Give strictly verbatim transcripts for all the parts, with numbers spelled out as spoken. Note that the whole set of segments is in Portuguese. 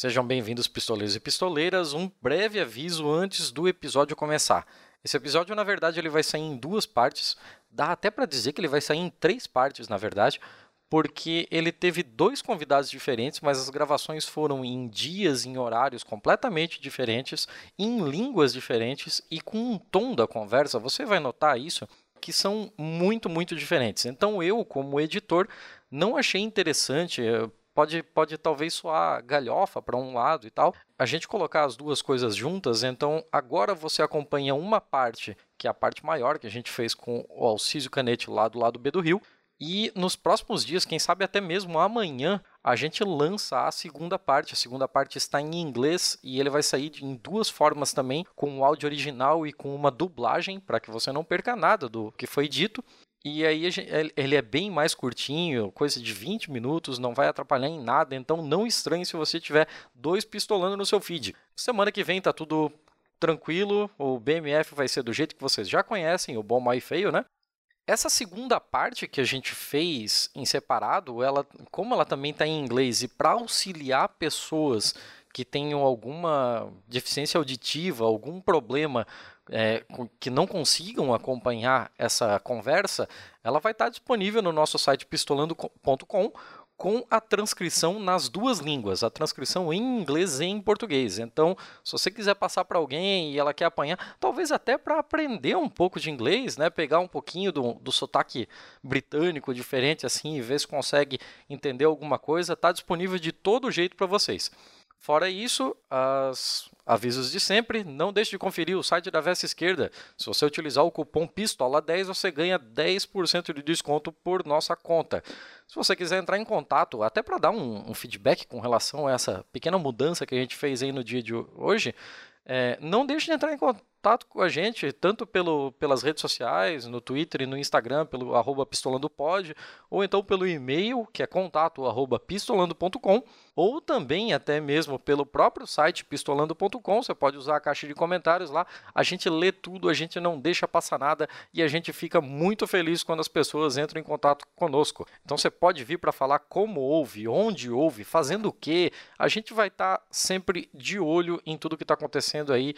Sejam bem-vindos, pistoleiros e pistoleiras. Um breve aviso antes do episódio começar. Esse episódio, na verdade, ele vai sair em duas partes. Dá até para dizer que ele vai sair em três partes, na verdade, porque ele teve dois convidados diferentes, mas as gravações foram em dias, em horários completamente diferentes, em línguas diferentes e com um tom da conversa, você vai notar isso, que são muito, muito diferentes. Então eu, como editor, não achei interessante... Pode, pode talvez soar galhofa para um lado e tal, a gente colocar as duas coisas juntas. Então agora você acompanha uma parte, que é a parte maior, que a gente fez com o Alcísio Canete lá do lado B do Rio, e nos próximos dias, quem sabe até mesmo amanhã, a gente lança a segunda parte. A segunda parte está em inglês e ele vai sair em duas formas também, com o áudio original e com uma dublagem, para que você não perca nada do que foi dito. E aí ele é bem mais curtinho, coisa de vinte minutos, não vai atrapalhar em nada, então não estranhe se você tiver dois pistolando no seu feed. Semana que vem tá tudo tranquilo, o B M F vai ser do jeito que vocês já conhecem, o bom, mau e feio, né? Essa segunda parte que a gente fez em separado, ela, como ela também está em inglês, e para auxiliar pessoas que tenham alguma deficiência auditiva, algum problema é, que não consigam acompanhar essa conversa, ela vai estar disponível no nosso site pistolando ponto com com a transcrição nas duas línguas, a transcrição em inglês e em português. Então, se você quiser passar para alguém e ela quer apanhar, talvez até para aprender um pouco de inglês, né, pegar um pouquinho do, do sotaque britânico diferente assim e ver se consegue entender alguma coisa, está disponível de todo jeito para vocês. Fora isso, os avisos de sempre, não deixe de conferir o site da Veste Esquerda. Se você utilizar o cupom pistola dez, você ganha dez por cento de desconto por nossa conta. Se você quiser entrar em contato, até para dar um, um feedback com relação a essa pequena mudança que a gente fez aí no dia de hoje, é, não deixe de entrar em contato com a gente, tanto pelo, pelas redes sociais, no Twitter e no Instagram, pelo arroba pistolandopod, ou então pelo e-mail, que é contato arroba pistolando ponto com, ou também até mesmo pelo próprio site pistolando ponto com. Você pode usar a caixa de comentários lá, a gente lê tudo, a gente não deixa passar nada e a gente fica muito feliz quando as pessoas entram em contato conosco. Então você pode vir para falar como ouve, onde ouve, fazendo o quê. A gente vai estar tá sempre de olho em tudo que está acontecendo aí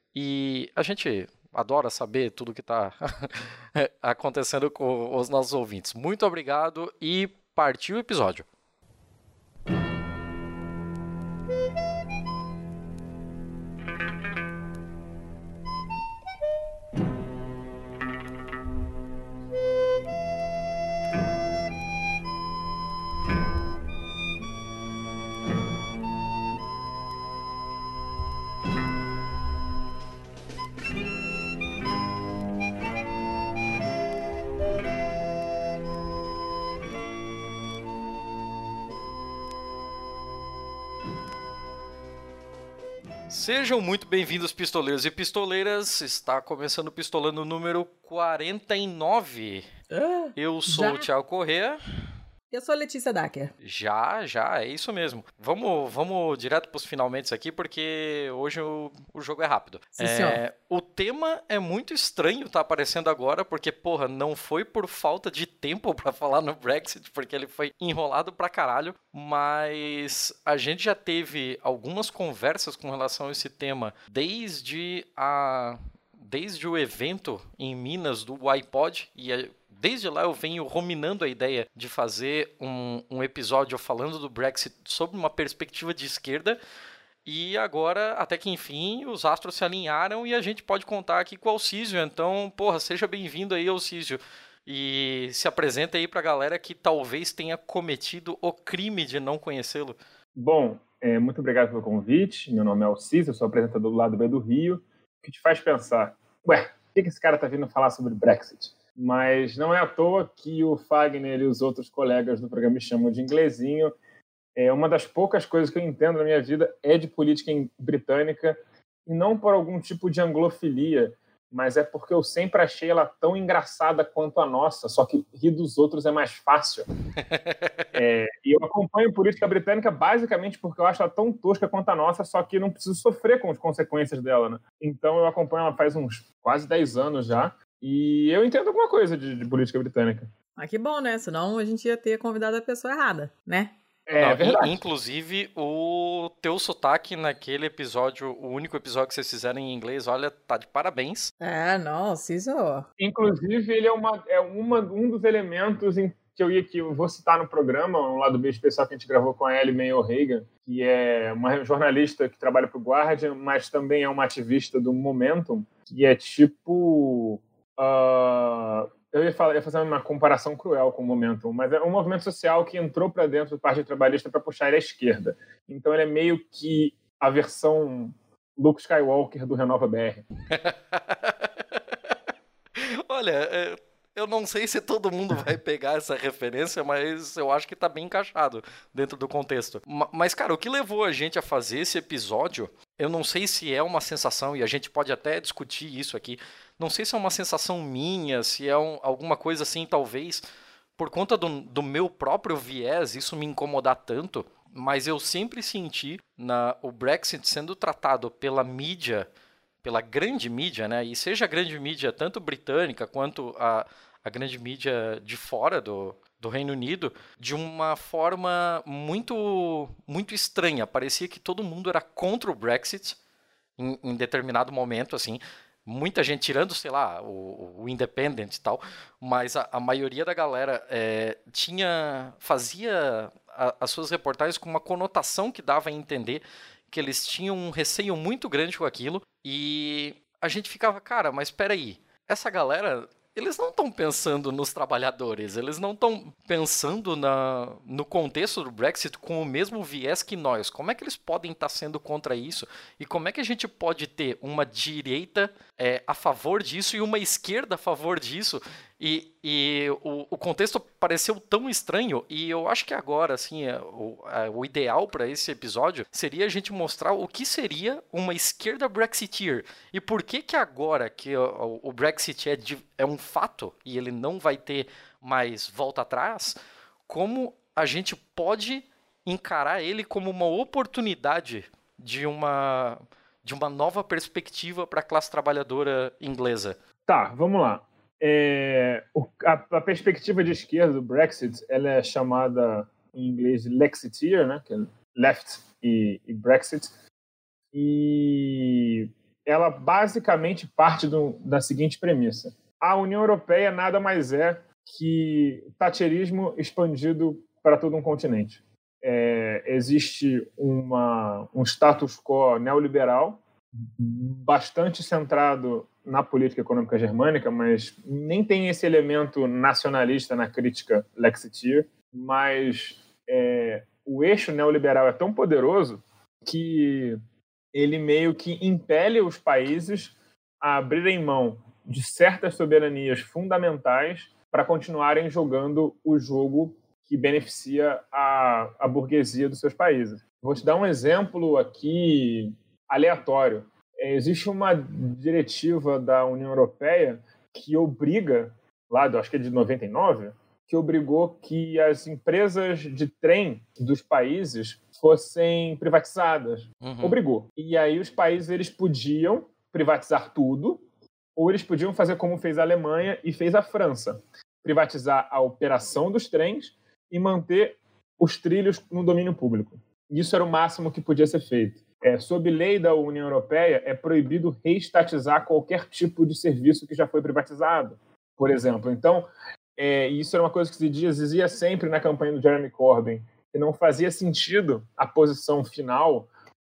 e a gente adora saber tudo que está acontecendo com os nossos ouvintes. Muito obrigado e partiu o episódio. Sejam muito bem-vindos, pistoleiros e pistoleiras. Está começando o Pistolando número quarenta e nove. Ah, Eu sou já? o Thiago Corrêa. Eu sou a Letícia Dacker. Já, já, é isso mesmo. Vamos, vamos direto para os finalmente aqui, porque hoje o, o jogo é rápido. Sim, é, o tema é muito estranho, tá aparecendo agora, porque, porra, não foi por falta de tempo para falar no Brexit, porque ele foi enrolado pra caralho, mas a gente já teve algumas conversas com relação a esse tema desde a... desde o evento em Minas do iPod, e a, desde lá eu venho ruminando a ideia de fazer um, um episódio falando do Brexit sob uma perspectiva de esquerda, e agora, até que enfim, os astros se alinharam e a gente pode contar aqui com o Alcísio. Então, porra, seja bem-vindo aí, Alcísio, e se apresenta aí pra galera que talvez tenha cometido o crime de não conhecê-lo. Bom, é, muito obrigado pelo convite. Meu nome é Alcísio, eu sou apresentador do Lado B do Rio. O que te faz pensar, ué, por que esse cara tá vindo falar sobre Brexit? Mas não é à toa que o Fagner e os outros colegas do programa me chamam de inglesinho. É, uma das poucas coisas que eu entendo na minha vida é de política britânica, e não por algum tipo de anglofilia, mas é porque eu sempre achei ela tão engraçada quanto a nossa, só que rir dos outros é mais fácil. É, e eu acompanho política britânica basicamente porque eu acho ela tão tosca quanto a nossa, só que não preciso sofrer com as consequências dela, né? Então eu acompanho ela faz uns quase dez anos já, e eu entendo alguma coisa de, de política britânica. Ah, que bom, né? Senão a gente ia ter convidado a pessoa errada, né? É Não, in- verdade. inclusive o teu sotaque naquele episódio, o único episódio que vocês fizeram em inglês, olha, tá de parabéns. É, nossa, isso. Inclusive, ele é, uma, é uma, um dos elementos em que eu ia que eu vou citar no programa, um lado B especial que a gente gravou com a Ellie Mae O'Hagan, que é uma jornalista que trabalha para o Guardian, mas também é uma ativista do Momentum, que é tipo... Uh, eu ia, falar, ia fazer uma comparação cruel com o Momentum, mas é um movimento social que entrou para dentro do Partido Trabalhista para puxar ele à esquerda. Então ele é meio que a versão Luke Skywalker do Renova B R. Olha, é, eu não sei se todo mundo vai pegar essa referência, mas eu acho que tá bem encaixado dentro do contexto. Ma- Mas, cara, o que levou a gente a fazer esse episódio, eu não sei se é uma sensação, e a gente pode até discutir isso aqui, não sei se é uma sensação minha, se é um- alguma coisa assim, talvez, por conta do, do meu próprio viés, isso me incomodar tanto, mas eu sempre senti na, o Brexit sendo tratado pela mídia, pela grande mídia, né? E seja a grande mídia tanto britânica quanto a, a grande mídia de fora do, do Reino Unido, de uma forma muito, muito estranha. Parecia que todo mundo era contra o Brexit em, em determinado momento, assim. Muita gente tirando, sei lá, o, o Independent e tal, mas a, a maioria da galera é, tinha, fazia a, as suas reportagens com uma conotação que dava a entender que eles tinham um receio muito grande com aquilo e a gente ficava, cara, mas espera aí, essa galera, eles não estão pensando nos trabalhadores, eles não estão pensando na, no contexto do Brexit com o mesmo viés que nós. Como é que eles podem estar sendo contra isso? E como é que a gente pode ter uma direita é, a favor disso e uma esquerda a favor disso? E, e o, o contexto pareceu tão estranho, e eu acho que agora, assim, é, o, é, o ideal para esse episódio seria a gente mostrar o que seria uma esquerda Brexiteer. E por que que agora que o, o Brexit é, de, é um fato e ele não vai ter mais volta atrás, como a gente pode encarar ele como uma oportunidade de uma, de uma nova perspectiva para a classe trabalhadora inglesa. Tá, vamos lá. É, o- a, a perspectiva de esquerda do Brexit, ela é chamada em inglês de Lexiteer, né? Que é left e, e Brexit. E ela basicamente parte do, da seguinte premissa: a União Europeia nada mais é que thatcherismo expandido para todo um continente. É, existe uma, um status quo neoliberal bastante centrado na política econômica germânica, mas nem tem esse elemento nacionalista na crítica Lexiteer, mas é, o eixo neoliberal é tão poderoso que ele meio que impele os países a abrirem mão de certas soberanias fundamentais para continuarem jogando o jogo que beneficia a, a burguesia dos seus países. Vou te dar um exemplo aqui aleatório. É, existe uma diretiva da União Europeia que obriga, lá, do, acho que é de noventa e nove, que obrigou que as empresas de trem dos países fossem privatizadas. Uhum. Obrigou. E aí os países eles podiam privatizar tudo, ou eles podiam fazer como fez a Alemanha e fez a França, privatizar a operação dos trens e manter os trilhos no domínio público. Isso era o máximo que podia ser feito. É, sob lei da União Europeia, é proibido reestatizar qualquer tipo de serviço que já foi privatizado, por exemplo. Então, é, isso era uma coisa que se dizia sempre na campanha do Jeremy Corbyn, que não fazia sentido a posição final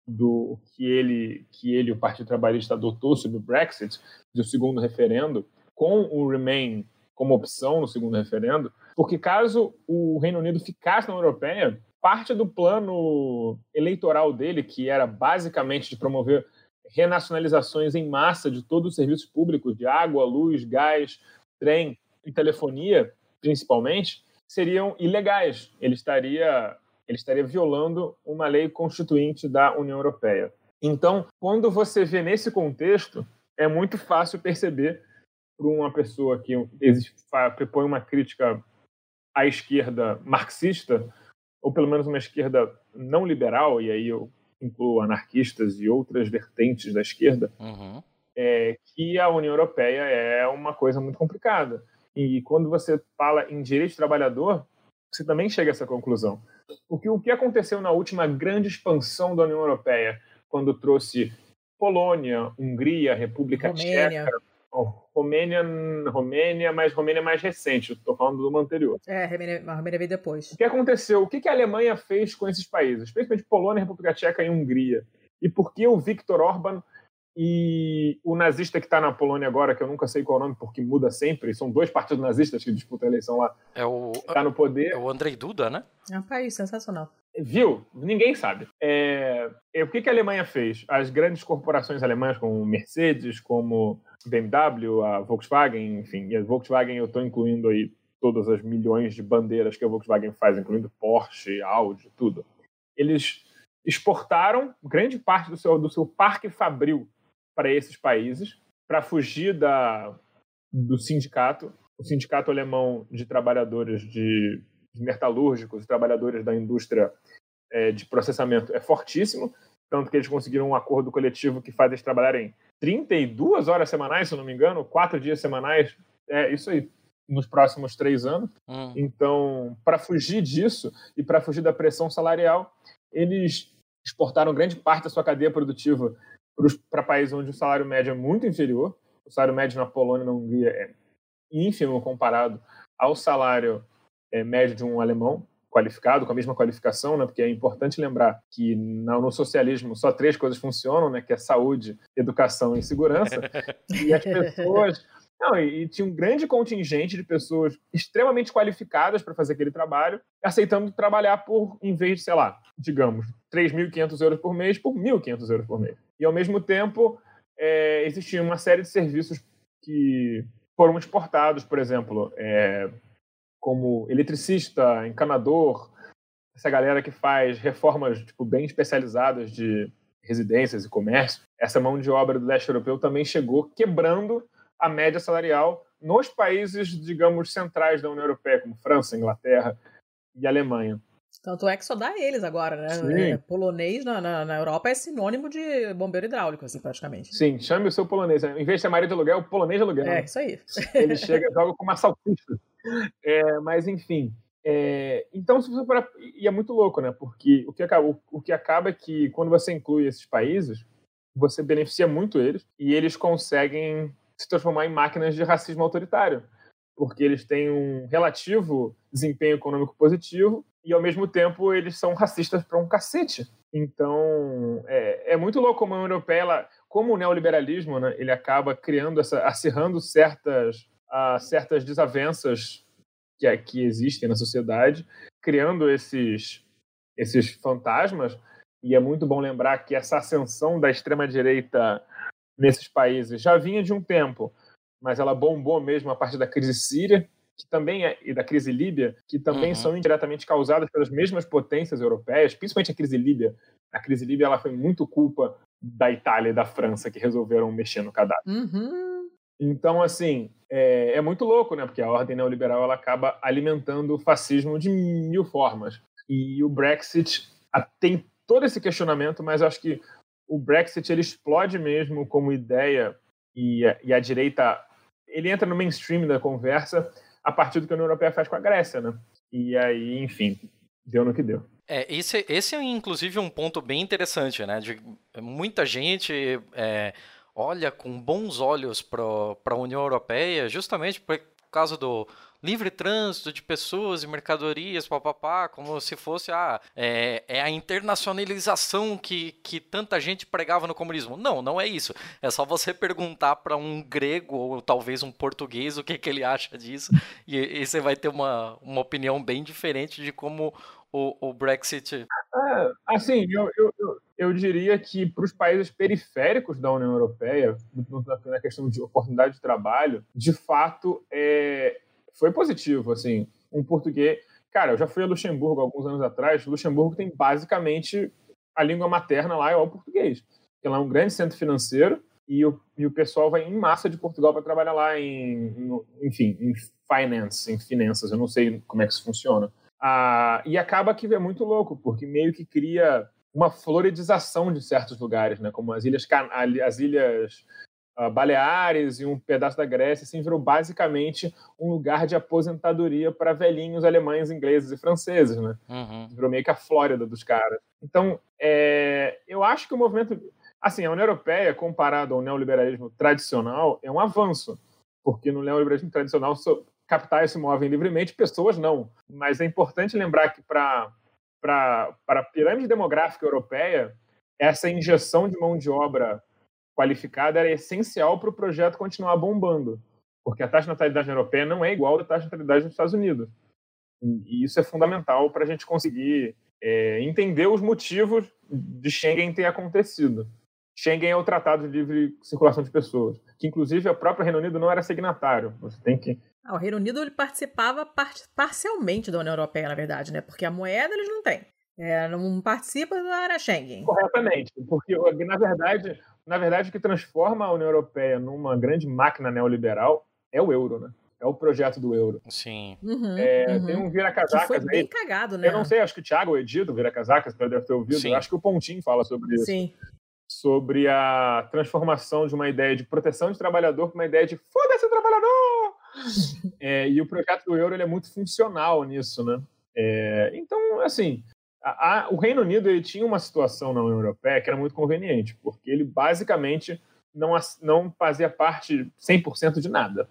do que ele, que ele, o Partido Trabalhista, adotou sobre o Brexit, do segundo referendo, com o Remain como opção no segundo referendo, porque caso o Reino Unido ficasse na União Europeia, parte do plano eleitoral dele, que era basicamente de promover renacionalizações em massa de todos os serviços públicos, de água, luz, gás, trem e telefonia, principalmente, seriam ilegais. Ele estaria, ele estaria violando uma lei constituinte da União Europeia. Então, quando você vê nesse contexto, é muito fácil perceber para uma pessoa que propõe uma crítica à esquerda marxista, ou pelo menos uma esquerda não liberal, e aí eu incluo anarquistas e outras vertentes da esquerda, Uhum. é, que a União Europeia é uma coisa muito complicada. E quando você fala em direito do trabalhador, você também chega a essa conclusão. Porque o que aconteceu na última grande expansão da União Europeia, quando trouxe Polônia, Hungria, República Romênia. Tcheca, oh, Romênia, Romênia, mas Romênia mais recente, estou falando do anterior. É, a Romênia, a Romênia veio depois. O que aconteceu? O que a Alemanha fez com esses países? Especialmente Polônia, República Tcheca e Hungria. E por que o Viktor Orbán e o nazista que está na Polônia agora, que eu nunca sei qual é o nome, porque muda sempre, são dois partidos nazistas que disputam a eleição lá, é o, está no poder. É o Andrzej Duda, né? É um país sensacional. Viu? Ninguém sabe. É... O que a Alemanha fez? As grandes corporações alemãs, como Mercedes, como B M W, a Volkswagen, enfim, e a Volkswagen eu estou incluindo aí todas as milhões de bandeiras que a Volkswagen faz, incluindo Porsche, Audi, tudo. Eles exportaram grande parte do seu, do seu parque fabril para esses países, para fugir da, do sindicato. O sindicato alemão de trabalhadores de, de metalúrgicos, trabalhadores da indústria é, de processamento é fortíssimo, tanto que eles conseguiram um acordo coletivo que faz eles trabalharem trinta e duas horas semanais, se eu não me engano, quatro dias semanais, é isso aí, nos próximos três anos. Hum. Então, para fugir disso e para fugir da pressão salarial, eles exportaram grande parte da sua cadeia produtiva para países onde o salário médio é muito inferior. O salário médio na Polônia e na Hungria é ínfimo comparado ao salário é, médio de um alemão qualificado, com a mesma qualificação, né? Porque é importante lembrar que no socialismo só três coisas funcionam, né? Que é saúde, educação e segurança. E as pessoas... Não, e, e tinha um grande contingente de pessoas extremamente qualificadas para fazer aquele trabalho, aceitando trabalhar por, em vez de, sei lá, digamos, três mil e quinhentos euros por mês, por mil e quinhentos euros por mês. E, ao mesmo tempo, é, existia uma série de serviços que foram exportados, por exemplo, é, como eletricista, encanador, essa galera que faz reformas tipo, bem especializadas de residências e comércio. Essa mão de obra do leste europeu também chegou quebrando a média salarial nos países, digamos, centrais da União Europeia, como França, Inglaterra e Alemanha. Tanto é que só dá eles agora, né? É, polonês na, na, na Europa é sinônimo de bombeiro hidráulico, assim, praticamente. Sim, chame o seu polonês. Em vez de ser marido de aluguel, é o polonês de aluguel. É, isso aí. Ele chega e joga com uma salsicha. É, mas, enfim. É, então, se você parar, e é muito louco, né? Porque o que, acaba, o, o que acaba é que, quando você inclui esses países, você beneficia muito eles e eles conseguem se transformar em máquinas de racismo autoritário, porque eles têm um relativo desempenho econômico positivo e, ao mesmo tempo, eles são racistas para um cacete. Então, é, é muito louco como a União Europeia, ela, como o neoliberalismo, né, ele acaba criando, essa, acirrando certas, uh, certas desavenças que, que existem na sociedade, criando esses, esses fantasmas, e é muito bom lembrar que essa ascensão da extrema-direita nesses países já vinha de um tempo, mas ela bombou mesmo a partir da crise síria, que também é, e da crise líbia, que também uhum. são indiretamente causadas pelas mesmas potências europeias, principalmente a crise líbia. A crise líbia ela foi muito culpa da Itália e da França, que resolveram mexer no Gaddafi. Uhum. Então, assim, é, é muito louco, né? Porque a ordem neoliberal ela acaba alimentando o fascismo de mil formas. E o Brexit tem todo esse questionamento, mas eu acho que o Brexit ele explode mesmo como ideia e a, e a direita ele entra no mainstream da conversa a partir do que a União Europeia faz com a Grécia, né? E aí, enfim, deu no que deu. É, esse, esse é inclusive um ponto bem interessante, né? De, muita gente é, olha com bons olhos para a União Europeia justamente por causa do livre trânsito de pessoas e mercadorias, papapá, como se fosse ah, é, é a internacionalização que, que tanta gente pregava no comunismo. Não, não é isso. É só você perguntar para um grego ou talvez um português o que, que ele acha disso e, e você vai ter uma, uma opinião bem diferente de como o, o Brexit... É, assim, eu, eu, eu, eu diria que para os países periféricos da União Europeia, na questão de oportunidade de trabalho, de fato, é... foi positivo, assim, um português... Cara, eu já fui a Luxemburgo alguns anos atrás. Luxemburgo tem basicamente a língua materna lá é o português. Porque lá é um grande centro financeiro e o, e o pessoal vai em massa de Portugal para trabalhar lá em, no, enfim, em finance, em finanças. Eu não sei como é que isso funciona. Ah, e acaba que é muito louco, porque meio que cria uma floridização de certos lugares, né? Como as ilhas, as ilhas uh, Baleares e um pedaço da Grécia, assim, virou basicamente um lugar de aposentadoria para velhinhos alemães, ingleses e franceses, né? Uhum. Virou meio que a Flórida dos caras. Então, é, eu acho que o movimento... Assim, a União Europeia, comparado ao neoliberalismo tradicional, é um avanço, porque no neoliberalismo tradicional capitais se movem livremente, pessoas não. Mas é importante lembrar que para a pirâmide demográfica europeia, essa injeção de mão de obra qualificada era essencial para o projeto continuar bombando, porque a taxa de natalidade na europeia não é igual à taxa de natalidade nos Estados Unidos. E isso é fundamental para a gente conseguir é, entender os motivos de Schengen ter acontecido. Schengen é o Tratado de Livre Circulação de Pessoas, que inclusive o próprio Reino Unido não era signatário. Você tem que... Ah, o Reino Unido ele participava par parcialmente da União Europeia, na verdade, né? Porque a moeda eles não têm. É, não participa da área Schengen. Corretamente, porque na verdade, na verdade o que transforma a União Europeia numa grande máquina neoliberal é o euro, né? É o projeto do euro. Sim. Uhum, é, uhum. Tem um vira-casacas foi bem aí. cagado, né? Eu não sei, acho que o Thiago Edito, vira-casacas, que eu deve ter ouvido. Sim. Acho que o Pontinho fala sobre isso. Sim. Sobre a transformação de uma ideia de proteção de trabalhador para uma ideia de foda-se o trabalhador! é, e o projeto do euro ele é muito funcional nisso, né? É, então, assim, a, a, o Reino Unido ele tinha uma situação na União Europeia que era muito conveniente, porque ele basicamente não, não fazia parte cem por cento de nada.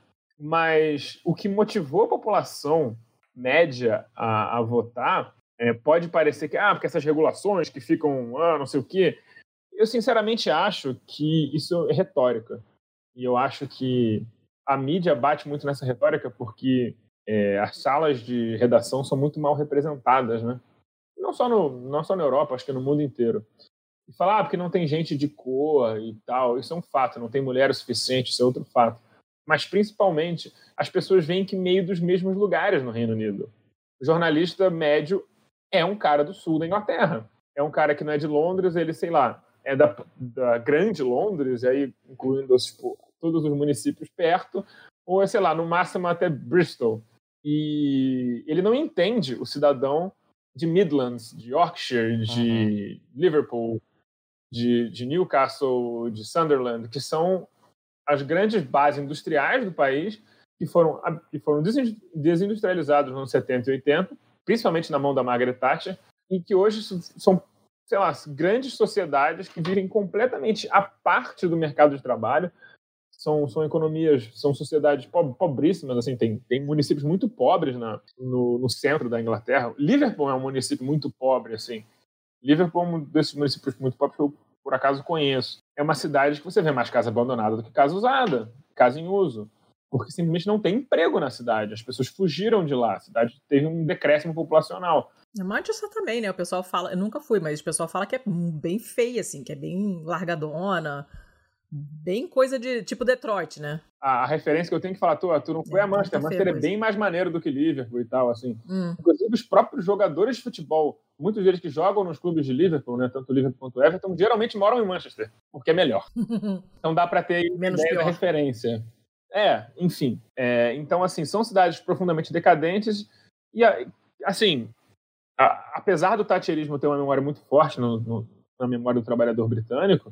Mas o que motivou a população média a, a votar é, pode parecer que, ah, porque essas regulações que ficam, ah, não sei o quê. Eu, sinceramente, acho que isso é retórica. E eu acho que a mídia bate muito nessa retórica porque é, as salas de redação são muito mal representadas, né? Não só, no, não só na Europa, acho que no mundo inteiro. E falar, ah, porque não tem gente de cor e tal, isso é um fato. Não tem mulher o suficiente, isso é outro fato. Mas, principalmente, as pessoas veem que meio dos mesmos lugares no Reino Unido. O jornalista médio é um cara do sul da Inglaterra. É um cara que não é de Londres, ele, sei lá, é da, da grande Londres, e aí incluindo tipo, todos os municípios perto, ou é, sei lá, no máximo até Bristol. E ele não entende o cidadão de Midlands, de Yorkshire, de uhum. Liverpool, de, de Newcastle, de Sunderland, que são as grandes bases industriais do país, que foram, que foram desindustrializados nos anos setenta e oitenta, principalmente na mão da Margaret Thatcher, e que hoje são, sei lá, grandes sociedades que vivem completamente à parte do mercado de trabalho. São, são economias, são sociedades pobríssimas, assim, tem, tem municípios muito pobres na, no, no centro da Inglaterra. Liverpool é um município muito pobre, assim. Liverpool é um desses municípios muito pobres que eu, por acaso, conheço. É uma cidade que você vê mais casa abandonada do que casa usada, casa em uso, porque simplesmente não tem emprego na cidade. As pessoas fugiram de lá, a cidade teve um decréscimo populacional. Manchester também, né? O pessoal fala, eu nunca fui, mas o pessoal fala que é bem feia, assim, que é bem largadona, bem coisa de tipo Detroit, né? A, a referência que eu tenho que falar, tu, tu não foi é, a Manchester. Manchester é bem mais maneiro do que Liverpool e tal, assim. Hum. Inclusive, os próprios jogadores de futebol, muitos deles que jogam nos clubes de Liverpool, né, tanto Liverpool quanto Everton, geralmente moram em Manchester, porque é melhor. Então dá para ter menos ideia pior. Da referência. É, enfim. É, então, assim, são cidades profundamente decadentes e, assim, a, apesar do thatcherismo ter uma memória muito forte no, no, na memória do trabalhador britânico,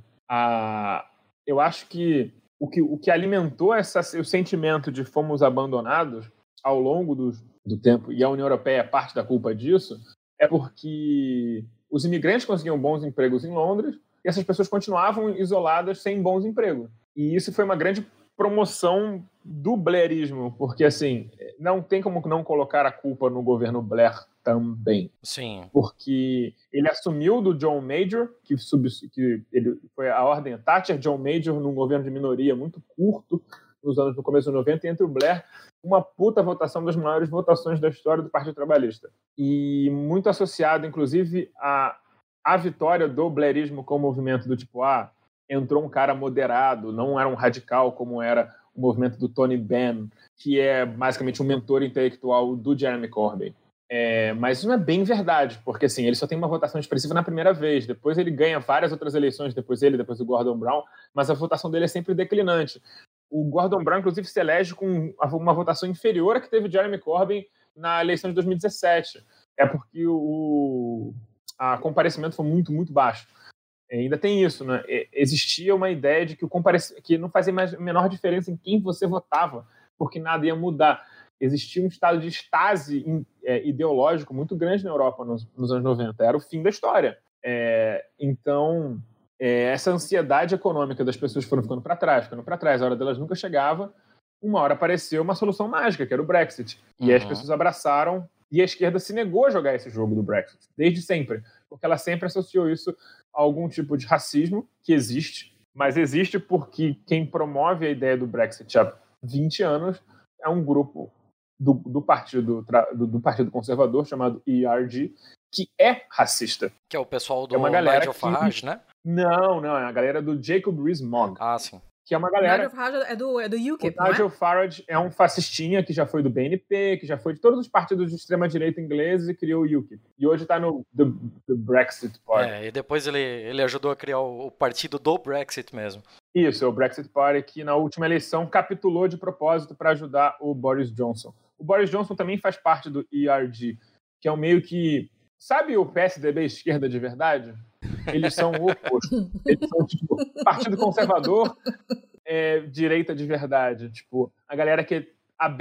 a, eu acho que o que, o que alimentou essa, o sentimento de fomos abandonados ao longo do, do tempo, e a União Europeia é parte da culpa disso, é porque os imigrantes conseguiam bons empregos em Londres e essas pessoas continuavam isoladas sem bons empregos. E isso foi uma grande promoção do blairismo, porque, assim, não tem como não colocar a culpa no governo Blair também. Sim. Porque ele assumiu do John Major, que, sub, que ele foi a ordem Thatcher, John Major, num governo de minoria muito curto, nos anos no começo dos noventa, e entre o Blair, uma puta votação, das maiores votações da história do Partido Trabalhista. E muito associado, inclusive, à, à vitória do blairismo com o movimento do tipo, ah, entrou um cara moderado, não era um radical como era o movimento do Tony Benn, que é basicamente um mentor intelectual do Jeremy Corbyn. É, mas isso não é bem verdade, porque assim, ele só tem uma votação expressiva na primeira vez, depois ele ganha várias outras eleições, depois ele, depois o Gordon Brown, mas a votação dele é sempre declinante. O Gordon Brown, inclusive, se elege com uma votação inferior à que teve Jeremy Corbyn na eleição de dois mil e dezessete. É porque o a comparecimento foi muito, muito baixo. ainda tem isso, né? Existia uma ideia de que, o comparec... que não fazia mais a menor diferença em quem você votava, porque nada ia mudar. Existia um estado de estase ideológico muito grande na Europa nos, nos anos noventa. Era o fim da história. É, então, é, essa ansiedade econômica das pessoas foram ficando para trás, ficando para trás. A hora delas nunca chegava. Uma hora apareceu uma solução mágica, que era o Brexit. E uhum. as pessoas abraçaram, e a esquerda se negou a jogar esse jogo do Brexit, desde sempre. Porque ela sempre associou isso a algum tipo de racismo, que existe, mas existe porque quem promove a ideia do Brexit há vinte anos é um grupo do, do, partido, do, do Partido Conservador, chamado E R G, que é racista. Que é o pessoal do é Nigel Farage, que... né? Não, não, é a galera do Jacob Rees-Mogg. Ah, sim. Que é uma galera... Nigel Farage é do, é do U K I P, o Nigel Farage é um fascistinha que já foi do B N P, que já foi de todos os partidos de extrema-direita ingleses e criou o U K I P. E hoje está no the, the Brexit Party. É, e depois ele, ele ajudou a criar o, o partido do Brexit mesmo. Isso, é o Brexit Party, que na última eleição capitulou de propósito para ajudar o Boris Johnson. O Boris Johnson também faz parte do E R G, que é um meio que... Sabe o P S D B esquerda de verdade? Eles são o oposto. Eles são, tipo, Partido Conservador, é, direita de verdade. Tipo, a galera que é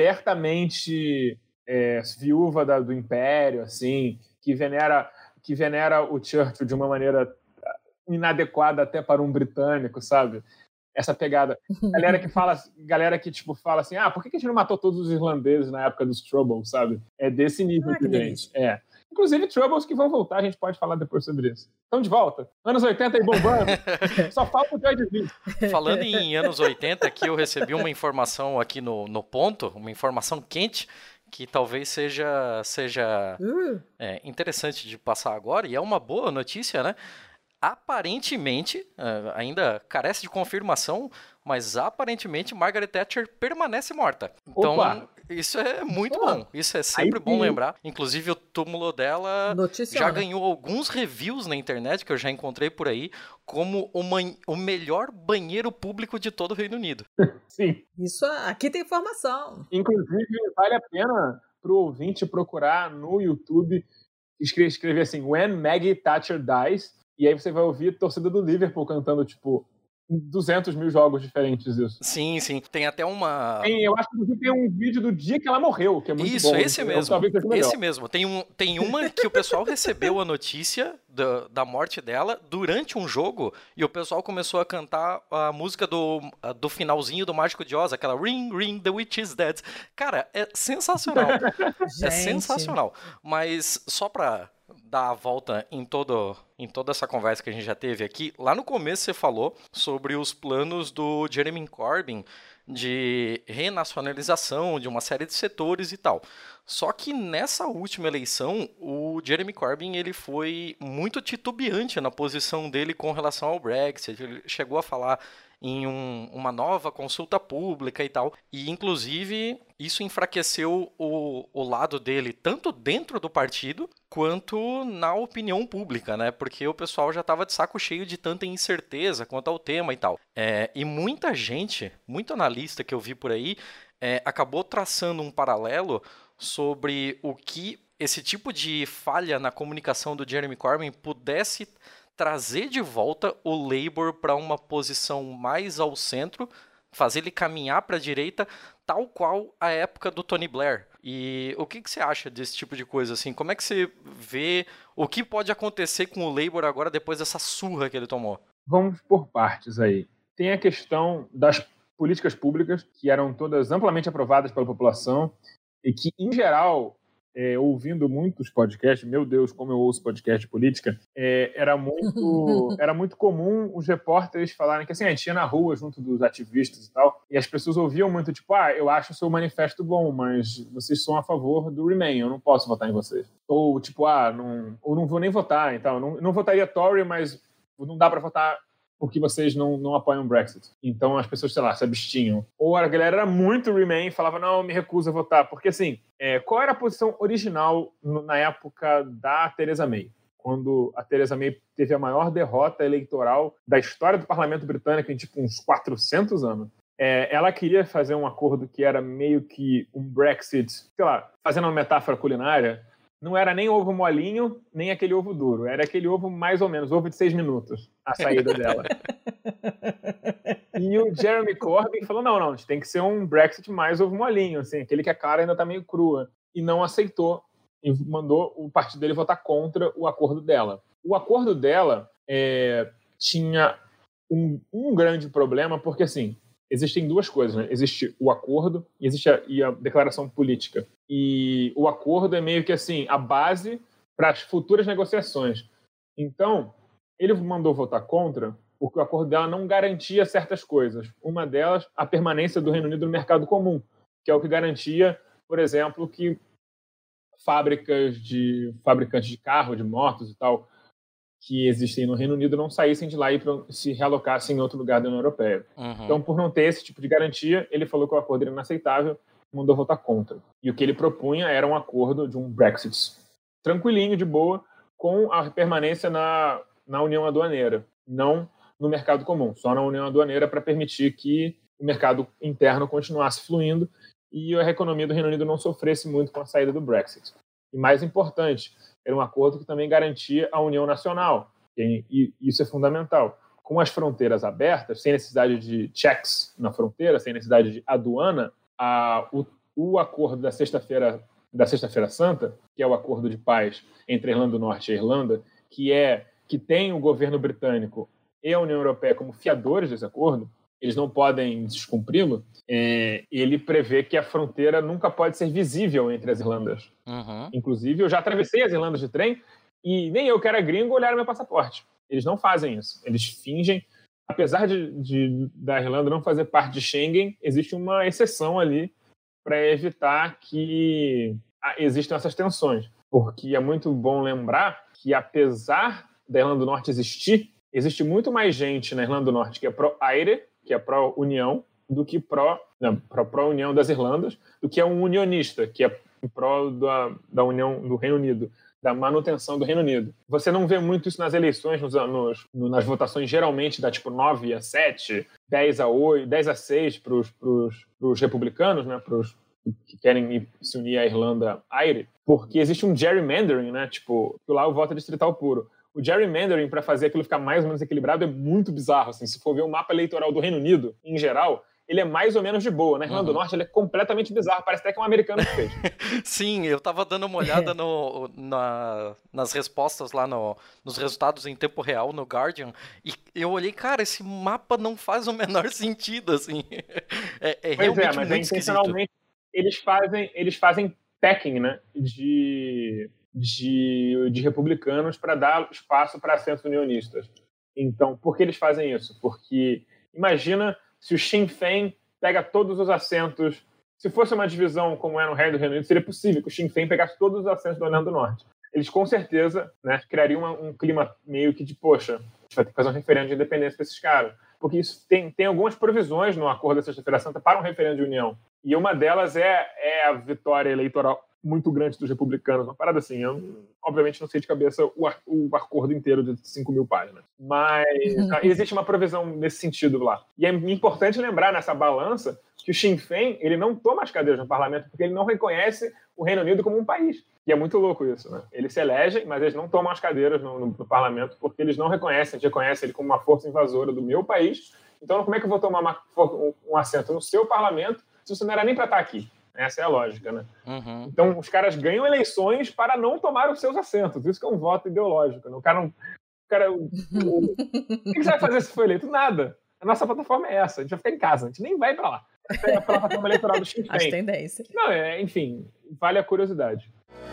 abertamente é, viúva da, do Império, assim, que venera, que venera o Churchill de uma maneira inadequada até para um britânico, sabe? Essa pegada. Galera que fala, galera que, tipo, fala assim, ah, por que a gente não matou todos os irlandeses na época dos Troubles, sabe? É desse nível ah, de gente. É. Inclusive, Troubles que vão voltar, a gente pode falar depois sobre isso. Estão de volta. Anos oitenta aí bombando. Só falta o Joy Division. Falando em anos oitenta, aqui eu recebi uma informação aqui no, no ponto, uma informação quente, que talvez seja, seja uh. é, interessante de passar agora, e é uma boa notícia, né? Aparentemente, ainda carece de confirmação, mas aparentemente Margaret Thatcher permanece morta. Então, Opa. Isso é muito Opa. bom. Isso é sempre Aí, bom lembrar. Inclusive, o túmulo dela Notícia, já né? ganhou alguns reviews na internet, que eu já encontrei por aí, como uma, o melhor banheiro público de todo o Reino Unido. Sim. Isso aqui tem informação. Inclusive, vale a pena para o ouvinte procurar no YouTube, escrever, escrever assim, When Maggie Thatcher Dies, e aí você vai ouvir a torcida do Liverpool cantando, tipo, duzentos mil jogos diferentes isso. Sim, sim. Tem até uma... Tem, eu acho que tem um vídeo do dia que ela morreu, que é muito isso, bom. Isso, esse mesmo. Esse mesmo. Tem, um, tem uma que o pessoal recebeu a notícia da, da morte dela durante um jogo e o pessoal começou a cantar a música do, do finalzinho do Mágico de Oz, aquela Ring, Ring, the Witch is Dead. Cara, é sensacional. É sensacional. Mas só pra... dar a volta em, todo, em toda essa conversa que a gente já teve aqui, lá no começo você falou sobre os planos do Jeremy Corbyn de renacionalização de uma série de setores e tal. Só que nessa última eleição, o Jeremy Corbyn ele foi muito titubeante na posição dele com relação ao Brexit. Ele chegou a falar em um, uma nova consulta pública e tal. E, inclusive, isso enfraqueceu o, o lado dele, tanto dentro do partido, quanto na opinião pública, né? Porque o pessoal já estava de saco cheio de tanta incerteza quanto ao tema e tal. É, e muita gente, muito analista que eu vi por aí, é, acabou traçando um paralelo sobre o que esse tipo de falha na comunicação do Jeremy Corbyn pudesse trazer de volta o Labour para uma posição mais ao centro, fazer ele caminhar para a direita, tal qual a época do Tony Blair. E o que, que você acha desse tipo de coisa? Assim? Como é que você vê o que pode acontecer com o Labour agora depois dessa surra que ele tomou? Vamos por partes aí. Tem a questão das políticas públicas, que eram todas amplamente aprovadas pela população e que, em geral... É, ouvindo muitos podcasts, meu Deus, como eu ouço podcast de política, é, era, muito, era muito comum os repórteres falarem que assim, a gente ia na rua junto dos ativistas e tal, e as pessoas ouviam muito, tipo, ah, eu acho o seu manifesto bom, mas vocês são a favor do Remain, eu não posso votar em vocês. Ou, tipo, ah, não, ou não vou nem votar, então, não, não votaria Tory, mas não dá para votar porque vocês não, não apoiam o Brexit. Então as pessoas, sei lá, se abstinham. Ou a galera era muito Remain e falava, não, me recuso a votar. Porque, assim, é, qual era a posição original no, na época da Theresa May? Quando a Theresa May teve a maior derrota eleitoral da história do parlamento britânico em, tipo, uns quatrocentos anos. É, ela queria fazer um acordo que era meio que um Brexit, sei lá, fazendo uma metáfora culinária, não era nem ovo molinho, nem aquele ovo duro. Era aquele ovo mais ou menos, ovo de seis minutos, a saída dela. E o Jeremy Corbyn falou, não, não, a gente tem que ser um Brexit mais ovo molinho, assim, aquele que a cara ainda tá meio crua. E não aceitou, e mandou o partido dele votar contra o acordo dela. O acordo dela é, tinha um, um grande problema, porque, assim, existem duas coisas, né? Existe o acordo e existe a, e a declaração política. E o acordo é meio que, assim, a base para as futuras negociações. Então, ele mandou votar contra porque o acordo dela não garantia certas coisas. Uma delas, a permanência do Reino Unido no mercado comum, que é o que garantia, por exemplo, que fábricas de fabricantes de carro, de motos e tal, que existem no Reino Unido não saíssem de lá e se realocassem em outro lugar da União Europeia. Uhum. Então, por não ter esse tipo de garantia, ele falou que o acordo era inaceitável e mandou votar contra. E o que ele propunha era um acordo de um Brexit tranquilinho, de boa, com a permanência na, na União Aduaneira, não no mercado comum, só na União Aduaneira para permitir que o mercado interno continuasse fluindo e a economia do Reino Unido não sofresse muito com a saída do Brexit. E mais importante, era um acordo que também garantia a união nacional, e isso é fundamental. Com as fronteiras abertas, sem necessidade de checks na fronteira, sem necessidade de aduana, a, o, o acordo da sexta-feira da Sexta-feira Santa, que é o acordo de paz entre a Irlanda do Norte e a Irlanda, que, é, que tem o governo britânico e a União Europeia como fiadores desse acordo, eles não podem descumpri-lo, é, ele prevê que a fronteira nunca pode ser visível entre as Irlandas. Uhum. Inclusive, eu já atravessei as Irlandas de trem e nem eu, que era gringo, olharam meu passaporte. Eles não fazem isso. Eles fingem, apesar de, de, da Irlanda não fazer parte de Schengen, existe uma exceção ali para evitar que existam essas tensões. Porque é muito bom lembrar que, apesar da Irlanda do Norte existir, existe muito mais gente na Irlanda do Norte que é pró-Aire, que é pró-União, do que pró, não, pró-União das Irlandas, do que é um unionista, que é pró da, da União do Reino Unido, da manutenção do Reino Unido. Você não vê muito isso nas eleições, nos, nos, nas votações, geralmente dá tipo nove a sete, dez a oito, dez a seis para os republicanos, né, para os que querem se unir à Irlanda-Aire, porque existe um gerrymandering, né, tipo, lá o voto é distrital puro. O gerrymandering, para fazer aquilo ficar mais ou menos equilibrado, é muito bizarro. Assim, se for ver o mapa eleitoral do Reino Unido, em geral, ele é mais ou menos de boa. Na Irlanda uhum. do Norte, ele é completamente bizarro. Parece até que é um americano que fez. Sim, eu tava dando uma olhada no, na, nas respostas lá, no, nos resultados em tempo real no Guardian, e eu olhei, cara, esse mapa não faz o menor sentido, assim. É, é pois realmente é, mas muito é, intencionalmente eles fazem, eles fazem packing, né, de... De, de republicanos para dar espaço para assentos unionistas. Então, por que eles fazem isso? Porque imagina se o Sinn Féin pega todos os assentos. Se fosse uma divisão como é no Reino do Reino Unido, seria possível que o Sinn Féin pegasse todos os assentos da Irlanda do Norte. Eles, com certeza, né, criariam uma, um clima meio que de, poxa, a gente vai ter que fazer um referendo de independência para esses caras. Porque isso tem, tem algumas provisões no Acordo da Sexta-feira Santa para um referendo de união. E uma delas é, é a vitória eleitoral muito grande dos republicanos, uma parada assim. Eu, obviamente, não sei de cabeça o, o acordo inteiro de cinco mil páginas. Mas existe uma provisão nesse sentido lá. E é importante lembrar nessa balança que o Sinn Féin, ele não toma as cadeiras no parlamento porque ele não reconhece o Reino Unido como um país. E é muito louco isso, né? Eles se elegem, mas eles não tomam as cadeiras no, no, no parlamento porque eles não reconhecem, a gente reconhece ele como uma força invasora do meu país. Então, como é que eu vou tomar uma, um, um assento no seu parlamento se você não era nem para estar aqui? Essa é a lógica, né? Uhum. Então, os caras ganham eleições para não tomar os seus assentos. Isso que é um voto ideológico. Né? O cara não... O, cara, o, o, o que você vai fazer se for eleito? Nada. A nossa plataforma é essa. A gente vai ficar em casa. A gente nem vai para lá. É a plataforma eleitoral do Sinn Féin. As tendências. Não, é, enfim, vale a curiosidade.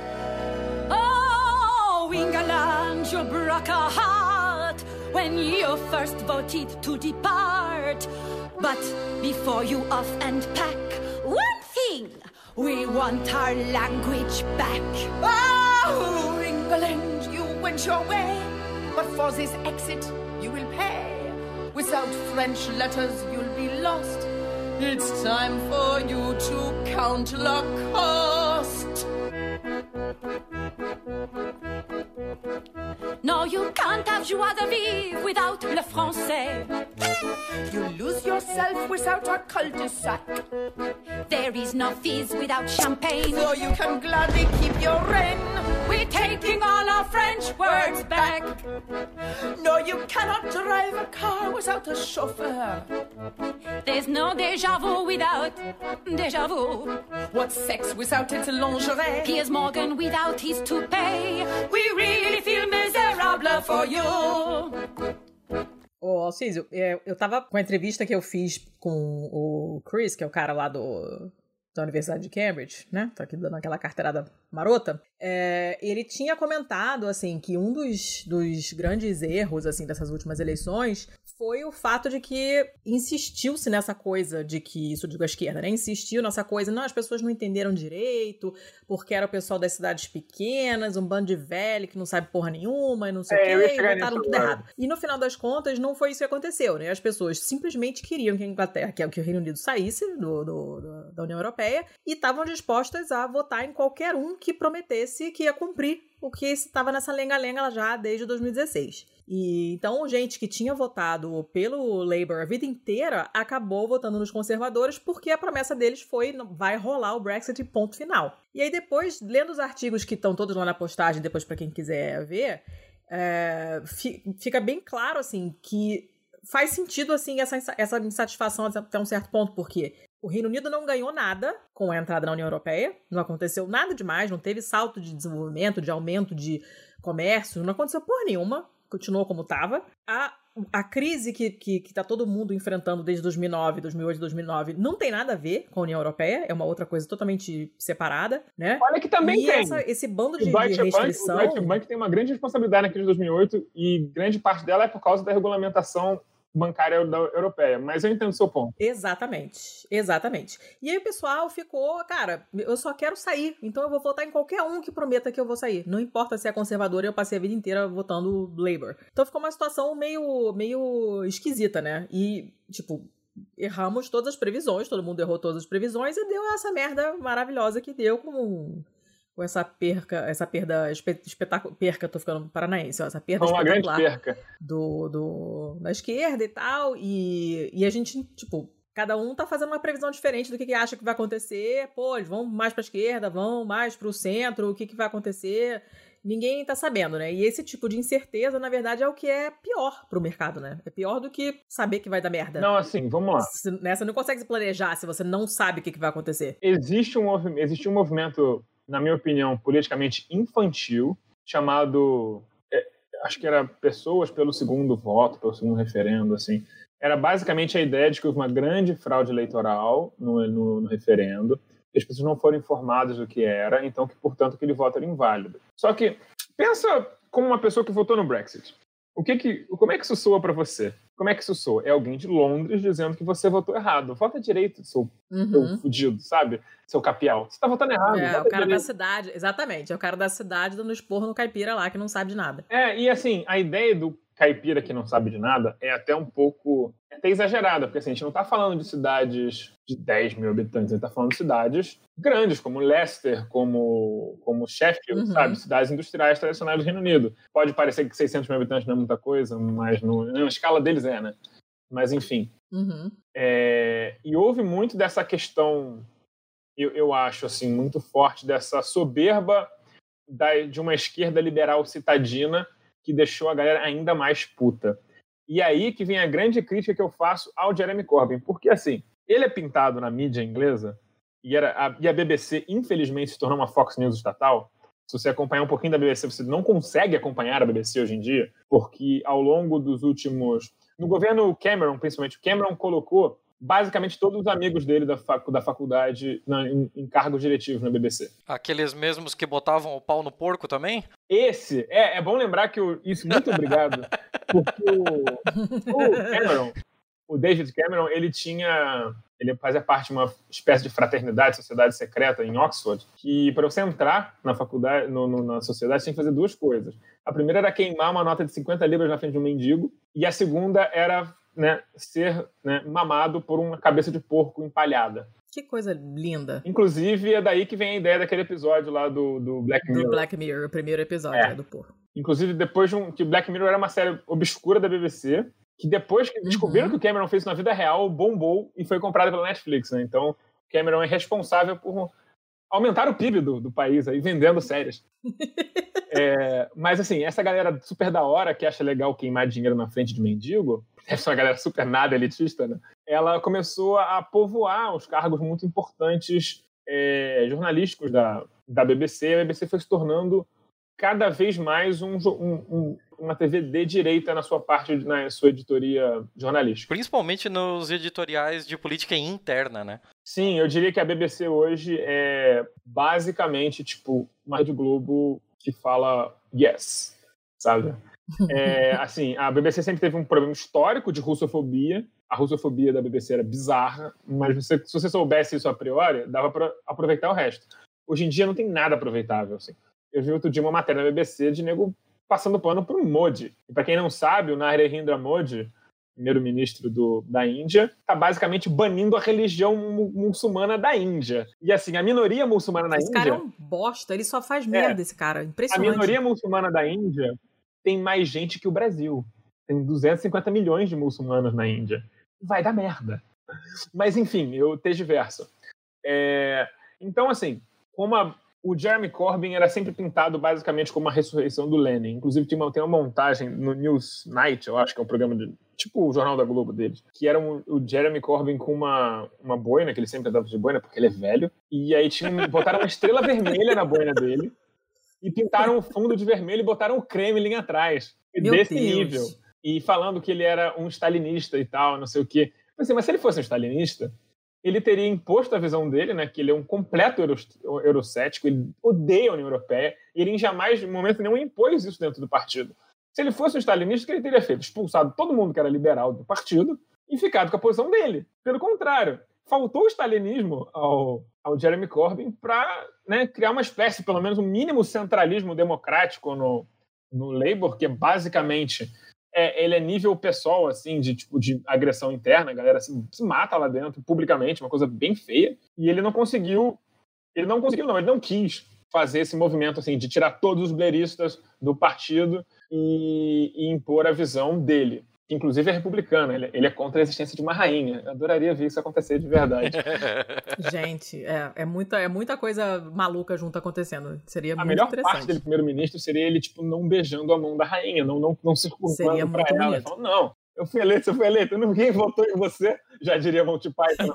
Oh, England, you broke a heart when you first voted to depart. But before you off and pack, one thing, we want our language back. Oh, England, you went your way, but for this exit you will pay. Without French letters you'll be lost. It's time for you to count the cost. No, you can't have joie de vivre without le français. You lose yourself without our cul-de-sac. There is no fizz without champagne. So you can gladly keep your reign. We're taking all our French words back. No, you cannot drive a car without a chauffeur. There's no déjà vu without déjà vu. What's sex without its lingerie? Piers Morgan without his toupee. We really feel miserable for you. Ô, Alcísio, eu tava com a entrevista que eu fiz com o Chris, que é o cara lá do, da Universidade de Cambridge, né? Tô aqui dando aquela carteirada marota. É, ele tinha comentado, assim, que um dos, dos grandes erros, assim, dessas últimas eleições foi o fato de que insistiu-se nessa coisa de que, isso eu digo à esquerda, né? Insistiu nessa coisa, não, as pessoas não entenderam direito, porque era o pessoal das cidades pequenas, um bando de velho que não sabe porra nenhuma e não sei É, o eu ia quê, e chegar votaram nisso tudo agora. errado. E no final das contas, não foi isso que aconteceu, né? As pessoas simplesmente queriam que a Inglaterra, que, que o Reino Unido saísse do, do, do, da União Europeia e estavam dispostas a votar em qualquer um que prometesse que ia cumprir o que estava nessa lenga-lenga já desde dois mil e dezesseis. E então, gente que tinha votado pelo Labour a vida inteira acabou votando nos conservadores porque a promessa deles foi vai rolar o Brexit, ponto final. E aí depois, lendo os artigos que estão todos lá na postagem, depois para quem quiser ver, é, fica bem claro, assim, que faz sentido, assim, essa, essa insatisfação até um certo ponto, porque o Reino Unido não ganhou nada com a entrada na União Europeia, não aconteceu nada demais, não teve salto de desenvolvimento, de aumento de comércio, não aconteceu porra nenhuma, continuou como estava. A, a crise que, que, que tá todo mundo enfrentando desde dois mil e nove, dois mil e oito, dois mil e nove não tem nada a ver com a União Europeia, é uma outra coisa totalmente separada, né? Olha que também e tem. Essa, esse bando de, O Deutsche, de Bank, restrição... o Deutsche Bank tem uma grande responsabilidade na crise de dois mil e oito e grande parte dela é por causa da regulamentação bancária da europeia, mas eu entendo o seu ponto. Exatamente, exatamente. E aí o pessoal ficou, cara, eu só quero sair, então eu vou votar em qualquer um que prometa que eu vou sair. Não importa se é conservador, eu passei a vida inteira votando Labour. Então ficou uma situação meio, meio esquisita, né? E, tipo, erramos todas as previsões, todo mundo errou todas as previsões e deu essa merda maravilhosa que deu com... com essa perca, essa perda espetáculo, perca, tô ficando paranaense, ó, essa perda uma grande espetacular perca do, do, da esquerda e tal, e, e a gente, tipo, cada um tá fazendo uma previsão diferente do que, que acha que vai acontecer, pô, eles vão mais pra esquerda, vão mais pro centro, o que, que vai acontecer, ninguém tá sabendo, né, e esse tipo de incerteza, na verdade, é o que é pior pro mercado, né, é pior do que saber que vai dar merda. Não, assim, vamos lá. Se, né, você não consegue se planejar se você não sabe o que, que vai acontecer. Existe um, existe um movimento, na minha opinião, politicamente infantil, chamado, é, acho que era Pessoas pelo Segundo Voto, pelo Segundo Referendo, assim. Era basicamente a ideia de que houve uma grande fraude eleitoral no, no, no referendo, que as pessoas não foram informadas do que era, então que, portanto, aquele voto era inválido. Só que, pensa como uma pessoa que votou no Brexit. O que que, como é que isso soa para você? Como é que isso soa? É alguém de Londres dizendo que você votou errado. Vota direito, seu, Uhum. seu fudido, sabe? Seu capial. Você tá votando errado. É, vota o cara direito. da cidade, exatamente, é o cara da cidade dando esporro no caipira lá, que não sabe de nada. É, e assim, a ideia do caipira que não sabe de nada é até um pouco, é até exagerada, porque assim, a gente não tá falando de cidades de dez mil habitantes, a gente tá falando de cidades grandes, como Leicester, como, como Sheffield, Uhum. sabe? Cidades industriais tradicionais do Reino Unido. Pode parecer que seiscentos mil habitantes não é muita coisa, mas no, na escala deles é, né? Mas enfim. Uhum. É, e houve muito dessa questão, eu, eu acho, assim, muito forte, dessa soberba da, de uma esquerda liberal citadina que deixou a galera ainda mais puta. E aí que vem a grande crítica que eu faço ao Jeremy Corbyn, porque, assim, ele é pintado na mídia inglesa, e, era a, e a B B C, infelizmente, se tornou uma Fox News estatal. Se você acompanhar um pouquinho da B B C, você não consegue acompanhar a B B C hoje em dia, porque ao longo dos últimos... No governo Cameron, principalmente, Cameron colocou basicamente todos os amigos dele da, facu, da faculdade na, em, em cargos diretivos na B B C. Aqueles mesmos que botavam o pau no porco também? Esse, é, é bom lembrar que o, isso, muito obrigado, porque o, o Cameron, o David Cameron, ele tinha, ele fazia parte de uma espécie de fraternidade, sociedade secreta em Oxford, que para você entrar na faculdade, no, no, na sociedade, você tinha que fazer duas coisas. A primeira era queimar uma nota de cinquenta libras na frente de um mendigo, e a segunda era, né, ser, né, mamado por uma cabeça de porco empalhada. Que coisa linda. Inclusive, é daí que vem a ideia daquele episódio lá do, do Black Mirror. Do Black Mirror, o primeiro episódio é. é, do porco. Inclusive, depois de um... que Black Mirror era uma série obscura da B B C, que depois que descobriram Uhum. que o Cameron fez na vida real, bombou e foi comprada pela Netflix, né? Então, Cameron é responsável por aumentar o P I B do, do país aí, vendendo séries. é, mas, assim, essa galera super da hora, que acha legal queimar dinheiro na frente de mendigo, essa é uma galera super nada elitista, né? Ela começou a povoar os cargos muito importantes é, jornalísticos da, da B B C. A B B C foi se tornando cada vez mais um, um, um, uma T V de direita na sua parte, na sua editoria jornalística. Principalmente nos editoriais de política interna, né? Sim, eu diria que a B B C hoje é basicamente tipo uma Rede Globo que fala yes, sabe? É, assim, a B B C sempre teve um problema histórico de russofobia. A russofobia da B B C era bizarra, mas você, se você soubesse isso a priori, dava para aproveitar o resto. Hoje em dia não tem nada aproveitável, assim. Eu vi outro dia uma matéria na B B C de nego passando pano por um Modi. E para quem não sabe, o Narendra Modi, primeiro-ministro do, da Índia, está basicamente banindo a religião muçulmana da Índia. E assim, a minoria muçulmana na esse Índia... Esse cara é um bosta, ele só faz merda, é, esse cara. Impressionante. A minoria muçulmana da Índia tem mais gente que o Brasil. Tem duzentos e cinquenta milhões de muçulmanos na Índia. Vai dar merda. Mas, enfim, eu tergiverso. É... Então, assim, como a... o Jeremy Corbyn era sempre pintado basicamente como uma ressurreição do Lenin. Inclusive, tem uma, tem uma montagem no Newsnight, eu acho que é um programa de... tipo o Jornal da Globo deles, que era um, o Jeremy Corbyn com uma, uma boina, que ele sempre andava de boina porque ele é velho, e aí tinha, botaram uma estrela vermelha na boina dele, e pintaram o fundo de vermelho e botaram o Kremlin atrás. Meu desse Deus. nível. E falando que ele era um stalinista e tal, não sei o quê. Assim, mas se ele fosse um stalinista, ele teria imposto a visão dele, né, que ele é um completo euro, eurocético, ele odeia a União Europeia, e ele jamais, em momento nenhum, impôs isso dentro do partido. Se ele fosse um stalinista, o que ele teria feito? Expulsado todo mundo que era liberal do partido e ficado com a posição dele. Pelo contrário, faltou o stalinismo ao, ao Jeremy Corbyn para, né, criar uma espécie, pelo menos um mínimo centralismo democrático no, no Labour, que é basicamente... É, ele é nível pessoal, assim, de, tipo, de agressão interna, a galera assim, se mata lá dentro, publicamente, uma coisa bem feia, e ele não conseguiu, ele não conseguiu não, ele não quis fazer esse movimento, assim, de tirar todos os blairistas do partido e, e impor a visão dele, que inclusive é republicana, ele, ele é contra a existência de uma rainha. Eu adoraria ver isso acontecer de verdade. Gente, é, é, muita, é muita coisa maluca junto acontecendo. Seria a muito melhor interessante. parte dele, primeiro-ministro, seria ele, tipo, não beijando a mão da rainha, não, não, não circulando pra ela. Falando, não, eu fui eleito, você foi eleito, ninguém votou em você, já diria Monty Python.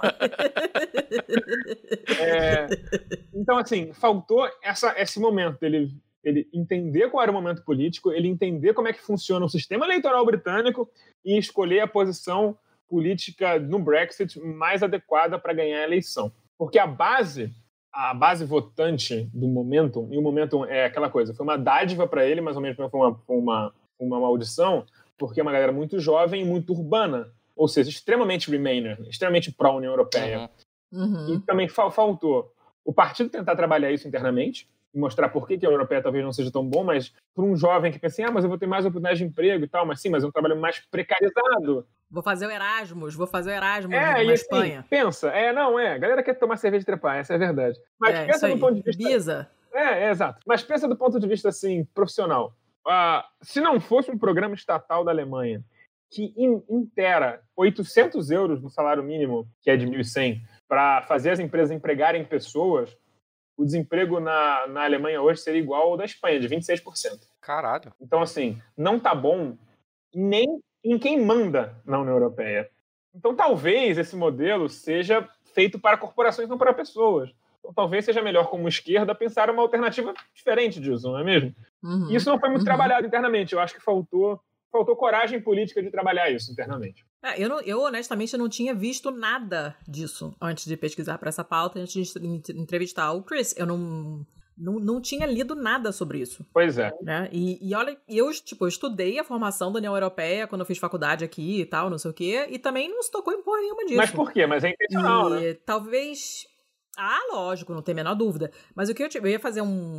é, então, assim, faltou essa, esse momento dele, ele entender qual era o momento político, ele entender como é que funciona o sistema eleitoral britânico e escolher a posição política no Brexit mais adequada para ganhar a eleição. Porque a base, a base votante do Momentum, e o Momentum é aquela coisa, foi uma dádiva para ele, mas ao mesmo tempo foi uma, foi uma, uma maldição, porque é uma galera muito jovem e muito urbana, ou seja, extremamente Remainer, extremamente pró-União Europeia. Uhum. E também fa- faltou o partido tentar trabalhar isso internamente, mostrar por que a União Europeia talvez não seja tão bom, mas para um jovem que pensa assim, ah, mas eu vou ter mais oportunidade de emprego e tal, mas sim, mas é um trabalho mais precarizado. Vou fazer o Erasmus, vou fazer o Erasmus É, na e assim, Espanha. pensa, é, não, é, a galera quer tomar cerveja e trepar, essa é a verdade. Mas É, pensa isso do aí. ponto de vista... Ibiza. É, é, exato. Mas pensa do ponto de vista, assim, profissional. Ah, se não fosse um programa estatal da Alemanha que in- intera oitocentos euros no salário mínimo, que é de mil e cem, para fazer as empresas empregarem pessoas, o desemprego na, na Alemanha hoje seria igual ao da Espanha, de vinte e seis por cento. Caralho. Então, assim, não tá bom nem em quem manda na União Europeia. Então, talvez esse modelo seja feito para corporações, não para pessoas. Então, talvez seja melhor, como esquerda, pensar uma alternativa diferente disso, não é mesmo? Uhum. Isso não foi muito Uhum. trabalhado internamente. Eu acho que faltou, faltou coragem política de trabalhar isso internamente. É, eu, não, eu, honestamente, não tinha visto nada disso antes de pesquisar para essa pauta, antes de entrevistar o Chris. Eu não, não, não tinha lido nada sobre isso. Pois é. Né? E, e olha, eu, tipo, eu estudei a formação da União Europeia quando eu fiz faculdade aqui e tal, não sei o quê, e também não se tocou em porra nenhuma disso. Mas por quê? Mas é intencional, e né? talvez... Ah, lógico, não tem a menor dúvida. Mas o que eu, eu ia fazer um...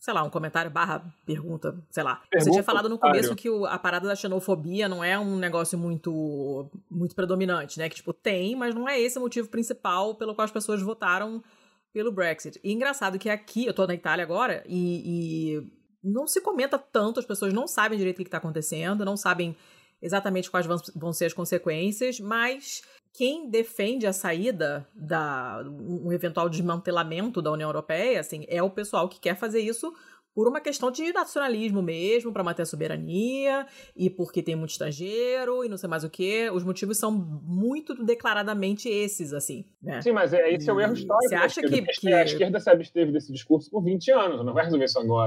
sei lá, um comentário barra pergunta, sei lá. Pergunta, Você tinha falado no começo Mário. que o, a parada da xenofobia não é um negócio muito, muito predominante, né? Que, tipo, tem, mas não é esse o motivo principal pelo qual as pessoas votaram pelo Brexit. E engraçado que aqui, eu tô na Itália agora, e, e não se comenta tanto, as pessoas não sabem direito o que, que tá acontecendo, não sabem exatamente quais vão, vão ser as consequências, mas quem defende a saída, da, um eventual desmantelamento da União Europeia, assim, é o pessoal que quer fazer isso por uma questão de nacionalismo mesmo, para manter a soberania, e porque tem muito estrangeiro, e não sei mais o quê. Os motivos são muito declaradamente esses, assim, né? Sim, mas é, esse é o erro histórico. Você acha que, que... A esquerda se absteve desse discurso por vinte anos, não vai resolver isso agora.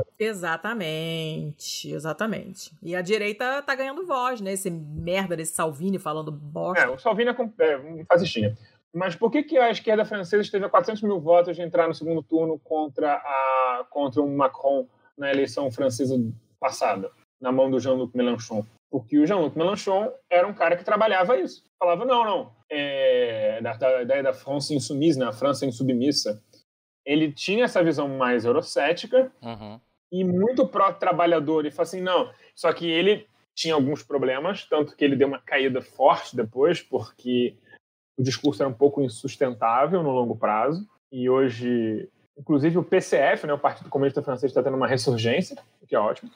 Exatamente, exatamente. E a direita tá ganhando voz, né? Esse merda desse Salvini falando bosta. É, o Salvini é, é um fascistinha. Mas por que, que a esquerda francesa esteve a quatrocentos mil votos de entrar no segundo turno contra, a, contra o Macron na eleição francesa passada, na mão do Jean-Luc Mélenchon? Porque o Jean-Luc Mélenchon era um cara que trabalhava isso. Falava, não, não, é, da, da ideia da France insoumise, né, a França insubmissa. Ele tinha essa visão mais eurocética Uhum. e muito pró-trabalhador. E falou assim, não, só que ele tinha alguns problemas, tanto que ele deu uma caída forte depois, porque o discurso era um pouco insustentável no longo prazo, e hoje, inclusive o P C F, né, o Partido Comunista Francês, está tendo uma ressurgência, o que é ótimo.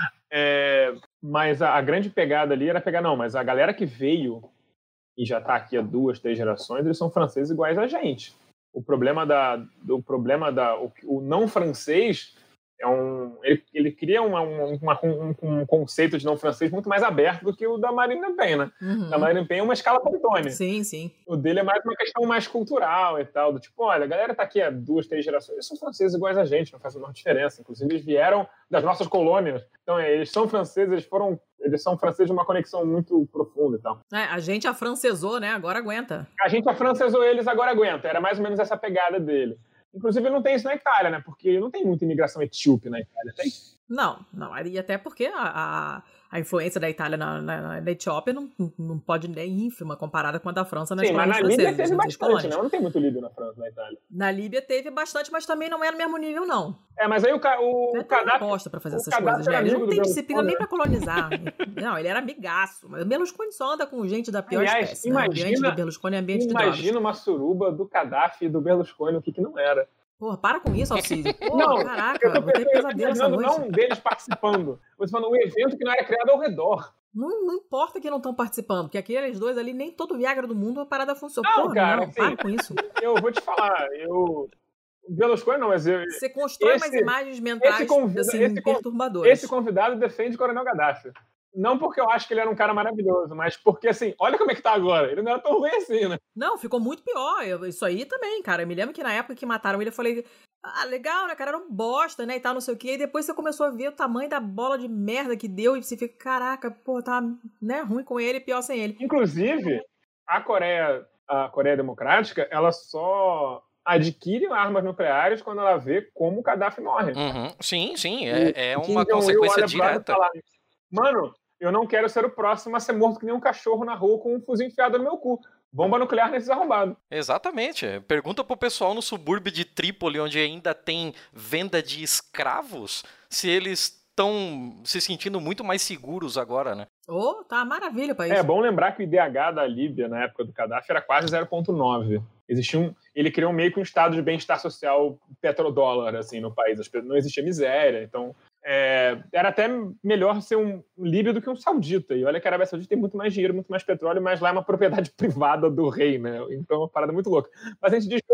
É, mas a, a grande pegada ali era pegar, não, mas a galera que veio e já está aqui há duas, três gerações, eles são franceses iguais a gente. O problema da, o problema da, o, o não francês é um, ele, ele cria uma, uma, um, um conceito de não francês muito mais aberto do que o da Marine Le Pen, né? Uhum. Da Marine Le Pen é uma escala Pantone. Sim, sim. O dele é mais uma questão mais cultural e tal, do tipo, olha, a galera tá aqui há duas, três gerações, eles são franceses iguais a gente, não faz a menor diferença. Inclusive, eles vieram das nossas colônias. Então, eles são franceses, eles foram, eles são franceses de uma conexão muito profunda e tal. É, a gente afrancesou, né? Agora aguenta. A gente afrancesou eles, agora aguenta. Era mais ou menos essa pegada dele. Inclusive, não tem isso na Itália, né? Porque não tem muita imigração etíope na Itália, tem? Não, não. E até porque a, a, a influência da Itália na, na, na Etiópia não, não pode nem ínfima comparada com a da França nas Sim, mas colônias na Líbia francesas. teve nas bastante, colônias. né? Não tem muito líbio na França, na Itália. Na Líbia teve bastante, mas também não é no mesmo nível, não. É, mas aí o, ca- o, Ele o Gaddafi... gosta pra fazer o essas Gaddafi coisas, era né? Ele amigo não do tem disciplina Berlusconi, nem pra colonizar. Não, ele era amigaço. Mas o Berlusconi só anda com gente da pior Aliás, espécie. Né? O ambiente imagina- do Berlusconi é ambiente de drogas. Imagina uma suruba do Gaddafi e do Berlusconi, o que que não era. Porra, para com isso, Alcide. Porra, Não, caraca, eu tô vou ter pensando, pesadelo essa imaginando noite. não deles participando, mas falando o evento que não era criado ao redor. Não, não importa que não estão participando, porque aqueles dois ali, nem todo Viagra do mundo a parada funciona. Não, Porra, cara, não, assim, para com isso. Eu vou te falar, eu... O Berlusconi não, mas eu... Você constrói esse- umas imagens mentais esse convida- assim, esse con- perturbadoras. Esse convidado defende o Coronel Gaddafi. Não porque eu acho que ele era um cara maravilhoso, mas porque, assim, olha como é que tá agora. Ele não era tão ruim assim, né? Não, ficou muito pior. Eu- isso aí também, cara. Eu me lembro que na época que mataram ele, eu falei, ah, legal, né, cara, era um bosta, né, e tal, não sei o quê. E depois você começou a ver o tamanho da bola de merda que deu e você fica, caraca, pô, tá, né, ruim com ele e pior sem ele. Inclusive, a Coreia, a Coreia Democrática, ela só adquire armas nucleares quando ela vê como o Gaddafi morre. Uhum. Sim, sim, é, é O Kim uma Jong-il consequência olha pro lado e direta. fala, mano, eu não quero ser o próximo a ser morto que nem um cachorro na rua com um fuzil enfiado no meu cu. Bomba nuclear nesses arrombados. Exatamente. Pergunta pro pessoal no subúrbio de Trípoli, onde ainda tem venda de escravos, se eles estão se sentindo muito mais seguros agora, né? Ô, tá uma maravilha pra isso. É bom lembrar que o I D H da Líbia, na época do Gaddafi, era quase zero vírgula nove. Existia um, ele criou meio que um estado de bem-estar social petrodólar assim, no país. Não existia miséria, então... É, era até melhor ser um líbio do que um saudita. E olha que a Arábia Saudita tem muito mais dinheiro, muito mais petróleo, mas lá é uma propriedade privada do rei, né? Então é uma parada muito louca. Mas a gente diz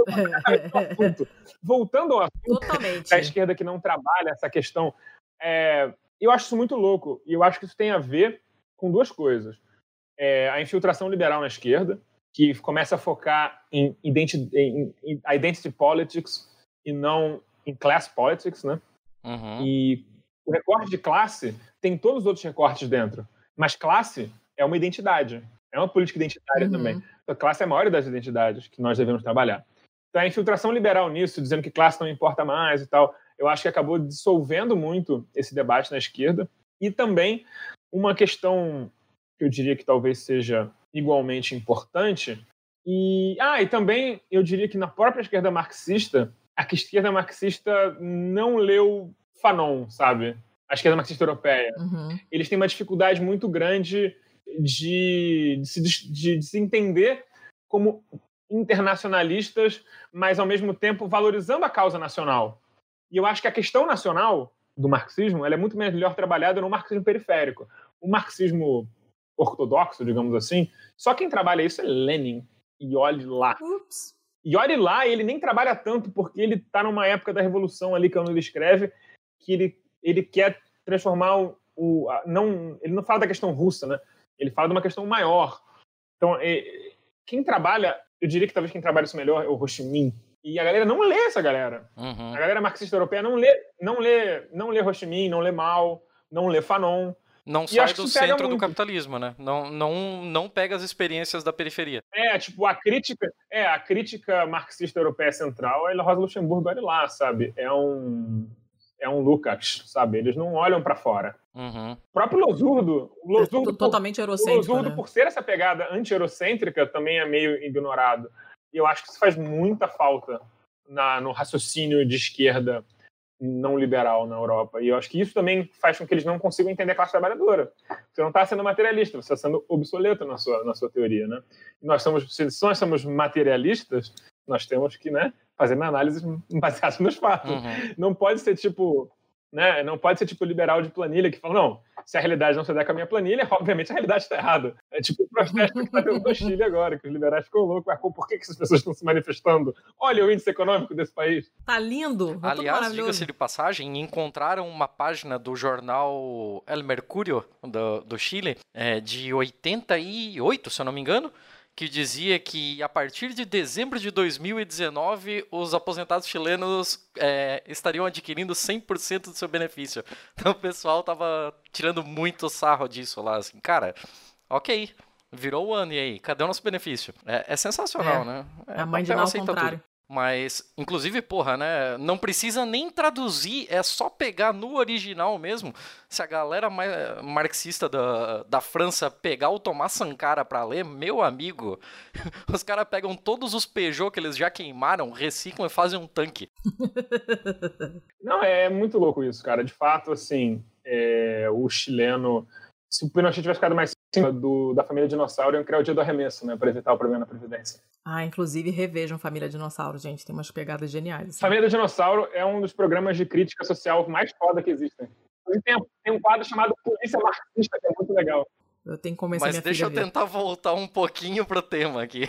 que voltando ao assunto Totalmente. da esquerda que não trabalha essa questão, é, eu acho isso muito louco. E eu acho que isso tem a ver com duas coisas. É, a infiltração liberal na esquerda, que começa a focar em, identi- em, em identity politics e não em class politics, né? Uhum. E o recorte de classe tem todos os outros recortes dentro. Mas classe é uma identidade. É uma política identitária Uhum. também. A classe é a maior das identidades que nós devemos trabalhar. Então, a infiltração liberal nisso, dizendo que classe não importa mais e tal, eu acho que acabou dissolvendo muito esse debate na esquerda. E também uma questão que eu diria que talvez seja igualmente importante. E, ah, e também eu diria que na própria esquerda marxista, a esquerda marxista não leu Fanon, sabe? A esquerda marxista europeia. Uhum. Eles têm uma dificuldade muito grande de, de, se, de, de se entender como internacionalistas, mas ao mesmo tempo valorizando a causa nacional. E eu acho que a questão nacional do marxismo ela é muito melhor trabalhada no marxismo periférico. O marxismo ortodoxo, digamos assim, só quem trabalha isso é Lenin. E olhe lá. Ups. E olhe lá, ele nem trabalha tanto porque ele está numa época da Revolução ali, que quando ele escreve, que ele, ele quer transformar o... o a, não, ele não fala da questão russa, né? Ele fala de uma questão maior. Então, é, quem trabalha, eu diria que talvez quem trabalha isso melhor é o Ho Chi Minh. E a galera não lê essa galera. Uhum. A galera marxista europeia não lê, não lê, não lê Ho Chi Minh, não lê Mao, não lê Fanon. Não E sai acho que do isso pega centro do muito. capitalismo, né? Não, não, não pega as experiências da periferia. É, tipo, a crítica, é, a crítica marxista europeia central é Rosa Luxemburgo, olha lá, sabe? É um, é um Lukács, sabe? Eles não olham pra fora. Uhum. O próprio Losurdo, o Losurdo, É totalmente o eurocêntrico, Losurdo né? por ser essa pegada anti-eurocêntrica, também é meio ignorado. E eu acho que isso faz muita falta na, no raciocínio de esquerda não liberal na Europa. E eu acho que isso também faz com que eles não consigam entender a classe trabalhadora. Você não está sendo materialista, você está sendo obsoleto na sua, na sua teoria, né? E nós somos, se nós somos materialistas, nós temos que, né, fazer uma análise baseada nos fatos. Uhum. Não pode ser tipo... Né? Não pode ser tipo liberal de planilha que fala, não, se a realidade não se der com a minha planilha, obviamente a realidade está errada. É tipo o protesto que está tendo no Chile agora, que os liberais ficam loucos. Mas por que essas pessoas estão se manifestando? Olha o índice econômico desse país. Tá lindo. Tá tudo Aliás, maravilhoso. diga-se de passagem, encontraram uma página do jornal El Mercurio, do, do Chile, é, de oitenta e oito, se eu não me engano, que dizia que a partir de dezembro de dois mil e dezenove os aposentados chilenos é, estariam adquirindo cem por cento do seu benefício. Então o pessoal tava tirando muito sarro disso lá, assim, cara, ok, virou o ano e aí, cadê o nosso benefício? É, é sensacional, É, né? É a mãe de Ná ao contrário. Tudo. Mas, inclusive, porra, né? Não precisa nem traduzir, é só pegar no original mesmo. Se a galera marxista da, da França pegar o Thomas Sankara pra ler, meu amigo, os caras pegam todos os Peugeot que eles já queimaram, reciclam e fazem um tanque. Não, é muito louco isso, cara. De fato, assim, é, o chileno... Se o Pinochet tivesse ficado mais cima do, da família dinossauro, iam criar o dia do arremesso, né? Pra evitar o problema na Previdência. Ah, inclusive revejam Família Dinossauro, gente. Tem umas pegadas geniais. Assim. Família Dinossauro é um dos programas de crítica social mais foda que existem. Tem, tem um quadro chamado Polícia Marxista, que é muito legal. Eu tenho que convencer Mas minha deixa filha eu tentar voltar um pouquinho pro tema aqui.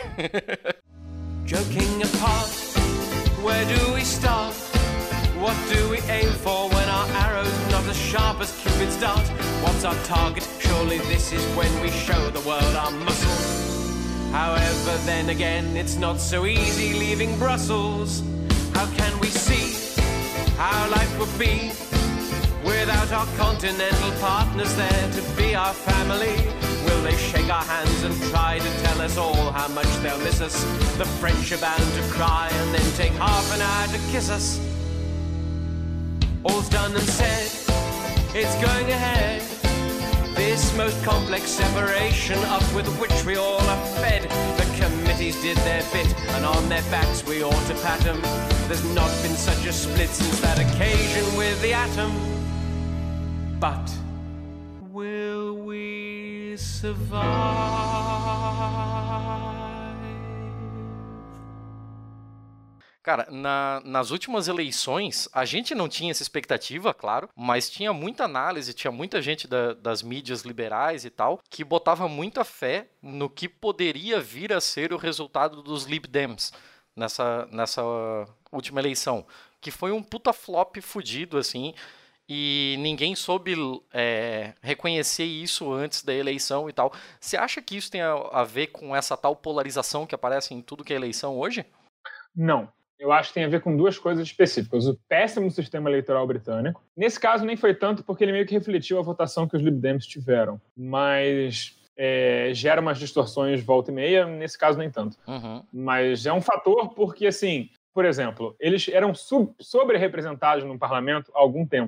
Joking apart, where do we start? What do we aim for when our arrow's not as sharp as Cupid's dart? What's our target? Surely this is when we show the world our muscle. However, then again, it's not so easy leaving Brussels. How can we see how life would be without our continental partners there to be our family? Will they shake our hands and try to tell us all how much they'll miss us? The French are bound to cry and then take half an hour to kiss us. All's done and said, it's going ahead. This most complex separation up with which we all are fed. The committees did their bit, and on their backs we ought to pat them. There's not been such a split since that occasion with the atom. But will we survive? Cara, na, nas últimas eleições, a gente não tinha essa expectativa, claro, mas tinha muita análise, tinha muita gente da, das mídias liberais e tal, que botava muita fé no que poderia vir a ser o resultado dos Lib Dems nessa, nessa última eleição, que foi um puta flop fudido, assim, e ninguém soube é, reconhecer isso antes da eleição e tal. Você acha que isso tem a, a ver com essa tal polarização que aparece em tudo que é eleição hoje? Não. Eu acho que tem a ver com duas coisas específicas. O péssimo sistema eleitoral britânico. Nesse caso, nem foi tanto porque ele meio que refletiu a votação que os Lib Dems tiveram. Mas é, gera umas distorções volta e meia. Nesse caso, nem tanto. Uhum. Mas é um fator porque, assim, por exemplo, eles eram sub- sobre-representados no parlamento há algum tempo.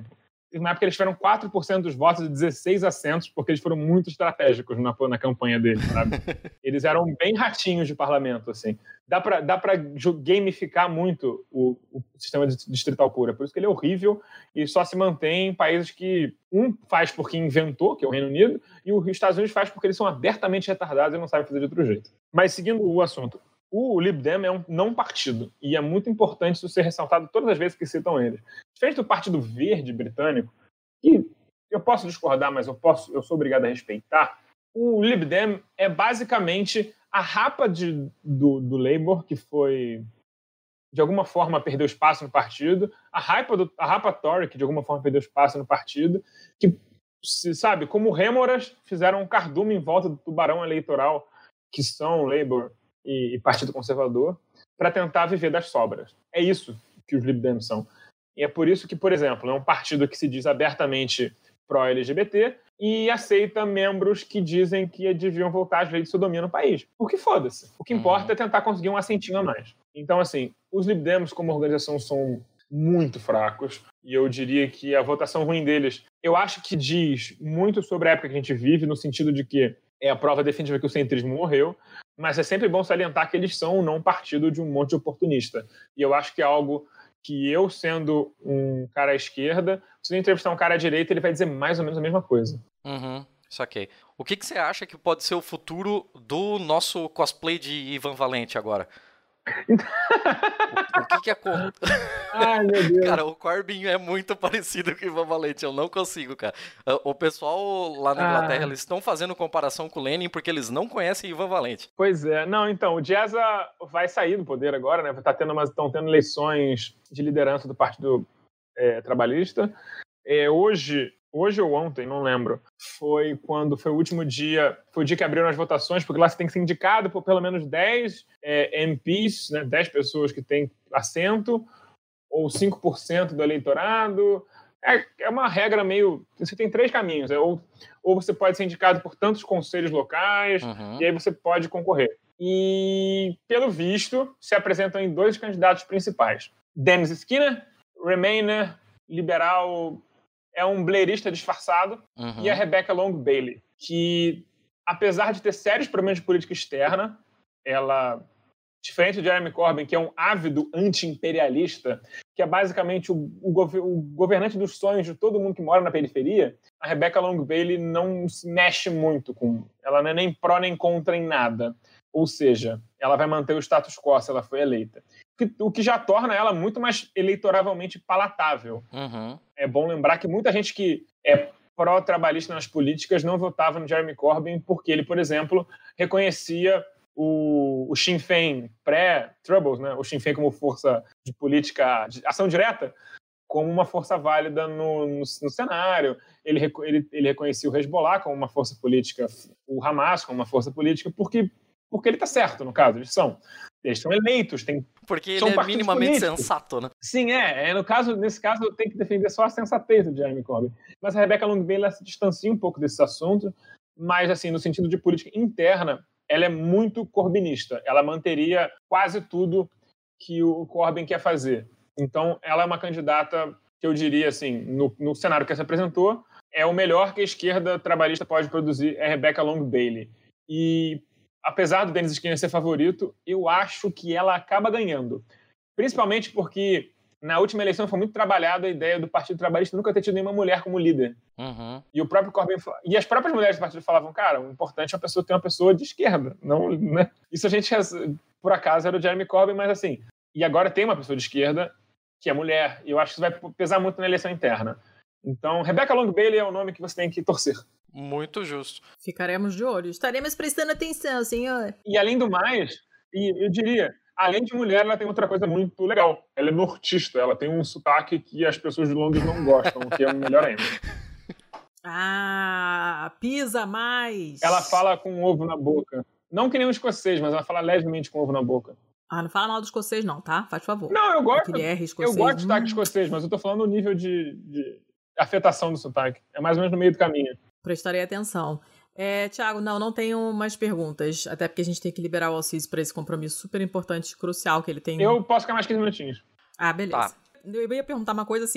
Teve uma época que eles tiveram quatro por cento dos votos e dezesseis assentos, porque eles foram muito estratégicos na, na campanha deles, sabe? Eles eram bem ratinhos de parlamento, assim. Dá pra, dá pra gamificar muito o, o sistema distrital pura. Por isso que ele é horrível e só se mantém em países que um faz porque inventou, que é o Reino Unido, e os Estados Unidos faz porque eles são abertamente retardados e não sabem fazer de outro jeito. Mas seguindo o assunto, o Lib Dem é um não partido, e é muito importante isso ser ressaltado todas as vezes que citam eles. Diferente do Partido Verde britânico, que eu posso discordar, mas eu, posso, eu sou obrigado a respeitar, o Lib Dem é basicamente a rapa de, do, do Labour, que foi, de alguma forma, perdeu espaço no partido, a rapa, do, a rapa Tory, que de alguma forma perdeu espaço no partido, que, se, sabe, como rêmoras, fizeram um cardume em volta do tubarão eleitoral, que são Labour e, e Partido Conservador, para tentar viver das sobras. É isso que os Lib Dem são. E é por isso que, por exemplo, é um partido que se diz abertamente pró-L G B T e aceita membros que dizem que deviam voltar às leis de sodomia no país. Porque foda-se. O que importa é tentar conseguir um assentinho a mais. Então, assim, os Lib Dems como organização são muito fracos e eu diria que a votação ruim deles, eu acho que diz muito sobre a época que a gente vive, no sentido de que é a prova definitiva que o centrismo morreu, mas é sempre bom salientar que eles são não um partido de um monte de oportunista. E eu acho que é algo que eu, sendo um cara à esquerda, se eu entrevistar um cara à direita, ele vai dizer mais ou menos a mesma coisa. Uhum, saquei. O que, que você acha que pode ser o futuro do nosso cosplay de Ivan Valente agora? o, o que que acontece? Ai, meu Deus. Cara, o Corbyn é muito parecido com o Ivan Valente, eu não consigo, cara. O pessoal lá na Inglaterra, ah. eles estão fazendo comparação com o Lenin porque eles não conhecem Ivan Valente. Pois é, não, então, o Jezza vai sair do poder agora, né? Tá tendo umas, estão tendo eleições de liderança do Partido é, Trabalhista. É, hoje, hoje ou ontem, não lembro, foi quando foi o último dia, foi o dia que abriram as votações, porque lá você tem que ser indicado por pelo menos dez é, M Ps, né, dez pessoas que têm assento, ou cinco por cento do eleitorado. É, é uma regra meio... Você tem três caminhos. É, ou, ou você pode ser indicado por tantos conselhos locais, uhum. e aí você pode concorrer. E, pelo visto, se apresentam em dois candidatos principais. Dennis Skinner, Remainer, liberal... é um blairista disfarçado, uhum. e a Rebecca Long Bailey, que, apesar de ter sérios problemas de política externa, ela, diferente de Jeremy Corbyn, que é um ávido anti-imperialista, que é basicamente o, o, gov- o governante dos sonhos de todo mundo que mora na periferia, a Rebecca Long Bailey não se mexe muito com... Ela não é nem pró nem contra em nada. Ou seja, ela vai manter o status quo se ela for eleita. O que já torna ela muito mais eleitoralmente palatável. Uhum. É bom lembrar que muita gente que é pró-trabalhista nas políticas não votava no Jeremy Corbyn porque ele, por exemplo, reconhecia o, o Sinn Féin pré-Troubles, né? O Sinn Féin como força de política, de ação direta, como uma força válida no, no, no cenário. Ele, ele, ele reconhecia o Hezbollah como uma força política, o Hamas como uma força política, porque, porque ele está certo, no caso, eles são. Eles são eleitos, tem, porque ele são é minimamente políticos. Sensato, né? Sim, é, é. No caso, nesse caso, eu tenho que defender só a sensatez do Jeremy Corbyn. Mas a Rebecca Long Bailey se distancia um pouco desse assunto, mas, assim, no sentido de política interna, ela é muito corbynista. Ela manteria quase tudo que o Corbyn quer fazer. Então, ela é uma candidata que eu diria, assim, no, no cenário que ela se apresentou, é o melhor que a esquerda trabalhista pode produzir, é a Rebecca Long Bailey. E... apesar do Dennis Skinner ser favorito, eu acho que ela acaba ganhando. Principalmente porque na última eleição foi muito trabalhada a ideia do Partido Trabalhista nunca ter tido nenhuma mulher como líder. Uhum. E o próprio Corbyn e as próprias mulheres do partido falavam, cara, o importante é uma pessoa ter uma pessoa de esquerda. Não, né? Isso a gente, por acaso, era o Jeremy Corbyn, mas assim, e agora tem uma pessoa de esquerda que é mulher, e eu acho que isso vai pesar muito na eleição interna. Então, Rebecca Long Bailey é o nome que você tem que torcer. Muito justo. Ficaremos de olho. Estaremos prestando atenção, senhor. E além do mais, e eu diria, além de mulher, ela tem outra coisa muito legal. Ela é nortista, ela tem um sotaque que as pessoas de Londres não gostam, que é melhor ainda. Ah, pisa mais. Ela fala com um ovo na boca. Não que nem um escocês, mas ela fala levemente com ovo na boca. Ah, não fala mal do escocês não, tá? Faz favor. Não, eu gosto. R, escocês, eu gosto de sotaque hum. escocês, mas eu tô falando o nível de, de afetação do sotaque. É mais ou menos no meio do caminho. Prestarei atenção. É, Thiago, não, não tenho mais perguntas, até porque a gente tem que liberar o Alcides para esse compromisso super importante, crucial que ele tem. Eu posso ficar mais quinze minutinhos. Ah, beleza. Tá. Eu ia perguntar uma coisa assim,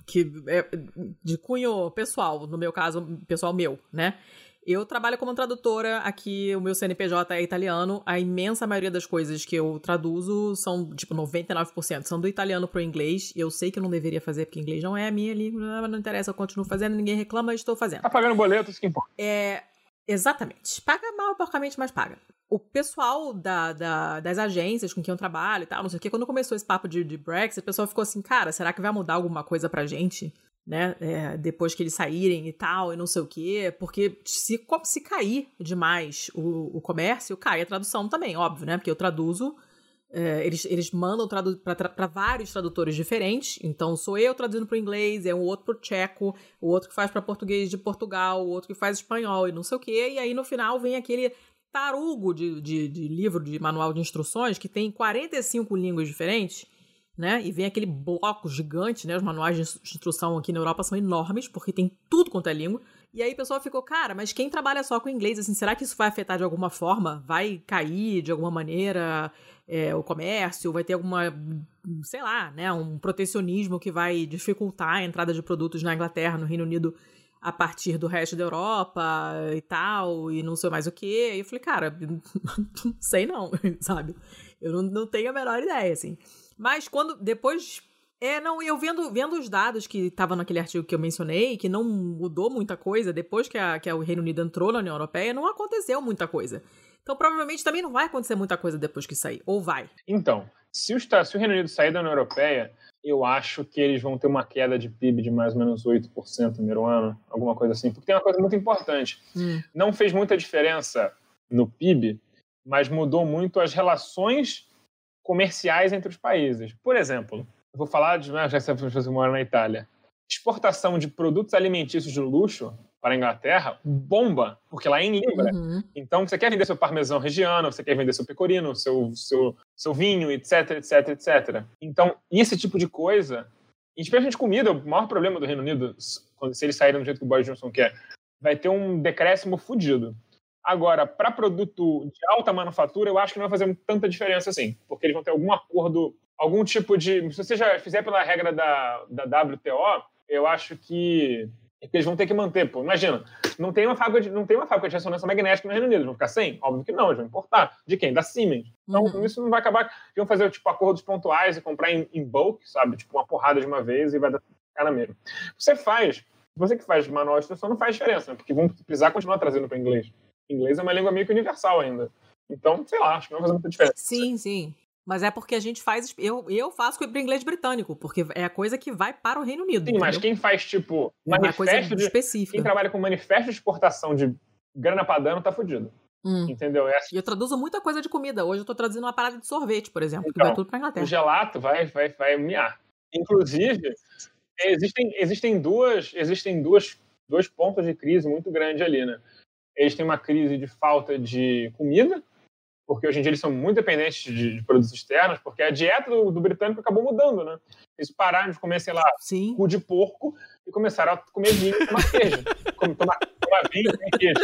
que é de cunho pessoal, no meu caso, pessoal meu, né? Eu trabalho como tradutora, aqui o meu C N P J é italiano, a imensa maioria das coisas que eu traduzo são, tipo, noventa e nove por cento são do italiano pro inglês, eu sei que eu não deveria fazer porque inglês não é a minha língua, não interessa, eu continuo fazendo, ninguém reclama, estou fazendo. Tá pagando boleto, isso que importa. É, exatamente. Paga mal, porcamente, mas paga. O pessoal da, da, das agências com quem eu trabalho e tal, não sei o que, quando começou esse papo de, de Brexit, o pessoal ficou assim, cara, será que vai mudar alguma coisa pra gente? Né, é, depois que eles saírem e tal, e não sei o quê, porque se, se cair demais o, o comércio, cai a tradução também, óbvio, né, porque eu traduzo, é, eles, eles mandam tradu para vários tradutores diferentes, então sou eu traduzindo para o inglês, é um outro para o tcheco, o outro que faz para português de Portugal, o outro que faz espanhol e não sei o quê, e aí no final vem aquele tarugo de, de, de livro, de manual de instruções, que tem quarenta e cinco línguas diferentes, né? E vem aquele bloco gigante, né? Os manuais de instrução aqui na Europa são enormes, porque tem tudo quanto é língua. E aí o pessoal ficou, cara, mas quem trabalha só com inglês, assim, será que isso vai afetar de alguma forma? Vai cair de alguma maneira é, o comércio? Vai ter alguma, sei lá, né? Um protecionismo que vai dificultar a entrada de produtos na Inglaterra, no Reino Unido, a partir do resto da Europa e tal, e não sei mais o quê. E eu falei, cara, não sei não, sabe? Eu não, não tenho a menor ideia, assim. Mas quando, depois, é, não, eu vendo, vendo os dados que estavam naquele artigo que eu mencionei, que não mudou muita coisa, depois que, a, que o Reino Unido entrou na União Europeia, não aconteceu muita coisa. Então, provavelmente, também não vai acontecer muita coisa depois que sair, ou vai? Então, se o, se o Reino Unido sair da União Europeia, eu acho que eles vão ter uma queda de P I B de mais ou menos oito por cento no primeiro ano, alguma coisa assim, porque tem uma coisa muito importante. Hum. Não fez muita diferença no P I B, mas mudou muito as relações comerciais entre os países. Por exemplo, eu vou falar de, já que você mora na Itália, exportação de produtos alimentícios de luxo para a Inglaterra bomba, porque lá é em libra. Uhum. Então, você quer vender seu parmesão reggiano, você quer vender seu pecorino, seu, seu, seu vinho, etc, etc, etcétera. Então, esse tipo de coisa, especialmente comida, o maior problema do Reino Unido, quando, se eles saírem do jeito que o Boris Johnson quer, vai ter um decréscimo fudido. Agora, para produto de alta manufatura, eu acho que não vai fazer tanta diferença assim, porque eles vão ter algum acordo, algum tipo de... Se você já fizer pela regra da, da W T O, eu acho que, que eles vão ter que manter. Pô. Imagina, não tem, uma fábrica de, não tem uma fábrica de ressonância magnética no Reino Unido, eles vão ficar sem? Óbvio que não, eles vão importar. De quem? Da Siemens. Então, uhum. isso não vai acabar... Eles vão fazer tipo, acordos pontuais e comprar em, em bulk, sabe? Tipo, uma porrada de uma vez e vai dar cara mesmo. Você faz... Você que faz manual de instrução não faz diferença, né? Porque vão precisar continuar trazendo para inglês. Inglês é uma língua meio que universal ainda. Então, sei lá, acho que não vai fazer muita diferença. Sim, sim. Mas é porque a gente faz... Eu, eu faço com o inglês britânico, porque é a coisa que vai para o Reino Unido. Sim, entendeu? Mas quem faz, tipo, é manifesto de... específica. Quem trabalha com manifesto de exportação de grana padano tá fudido. Hum. Entendeu? É assim. E eu traduzo muita coisa de comida. Hoje eu tô traduzindo uma parada de sorvete, por exemplo, então, que vai tudo pra Inglaterra. O gelato vai, vai, vai miar. Inclusive, existem, existem, duas, existem duas, dois pontos de crise muito grandes ali, né? Eles têm uma crise de falta de comida, porque hoje em dia eles são muito dependentes de, de produtos externos, porque a dieta do, do britânico acabou mudando, né? Eles pararam de comer, sei lá, Sim. cu de porco e começaram a comer vinho e tomar queijo. Tomar, tomar vinho e comer queijo.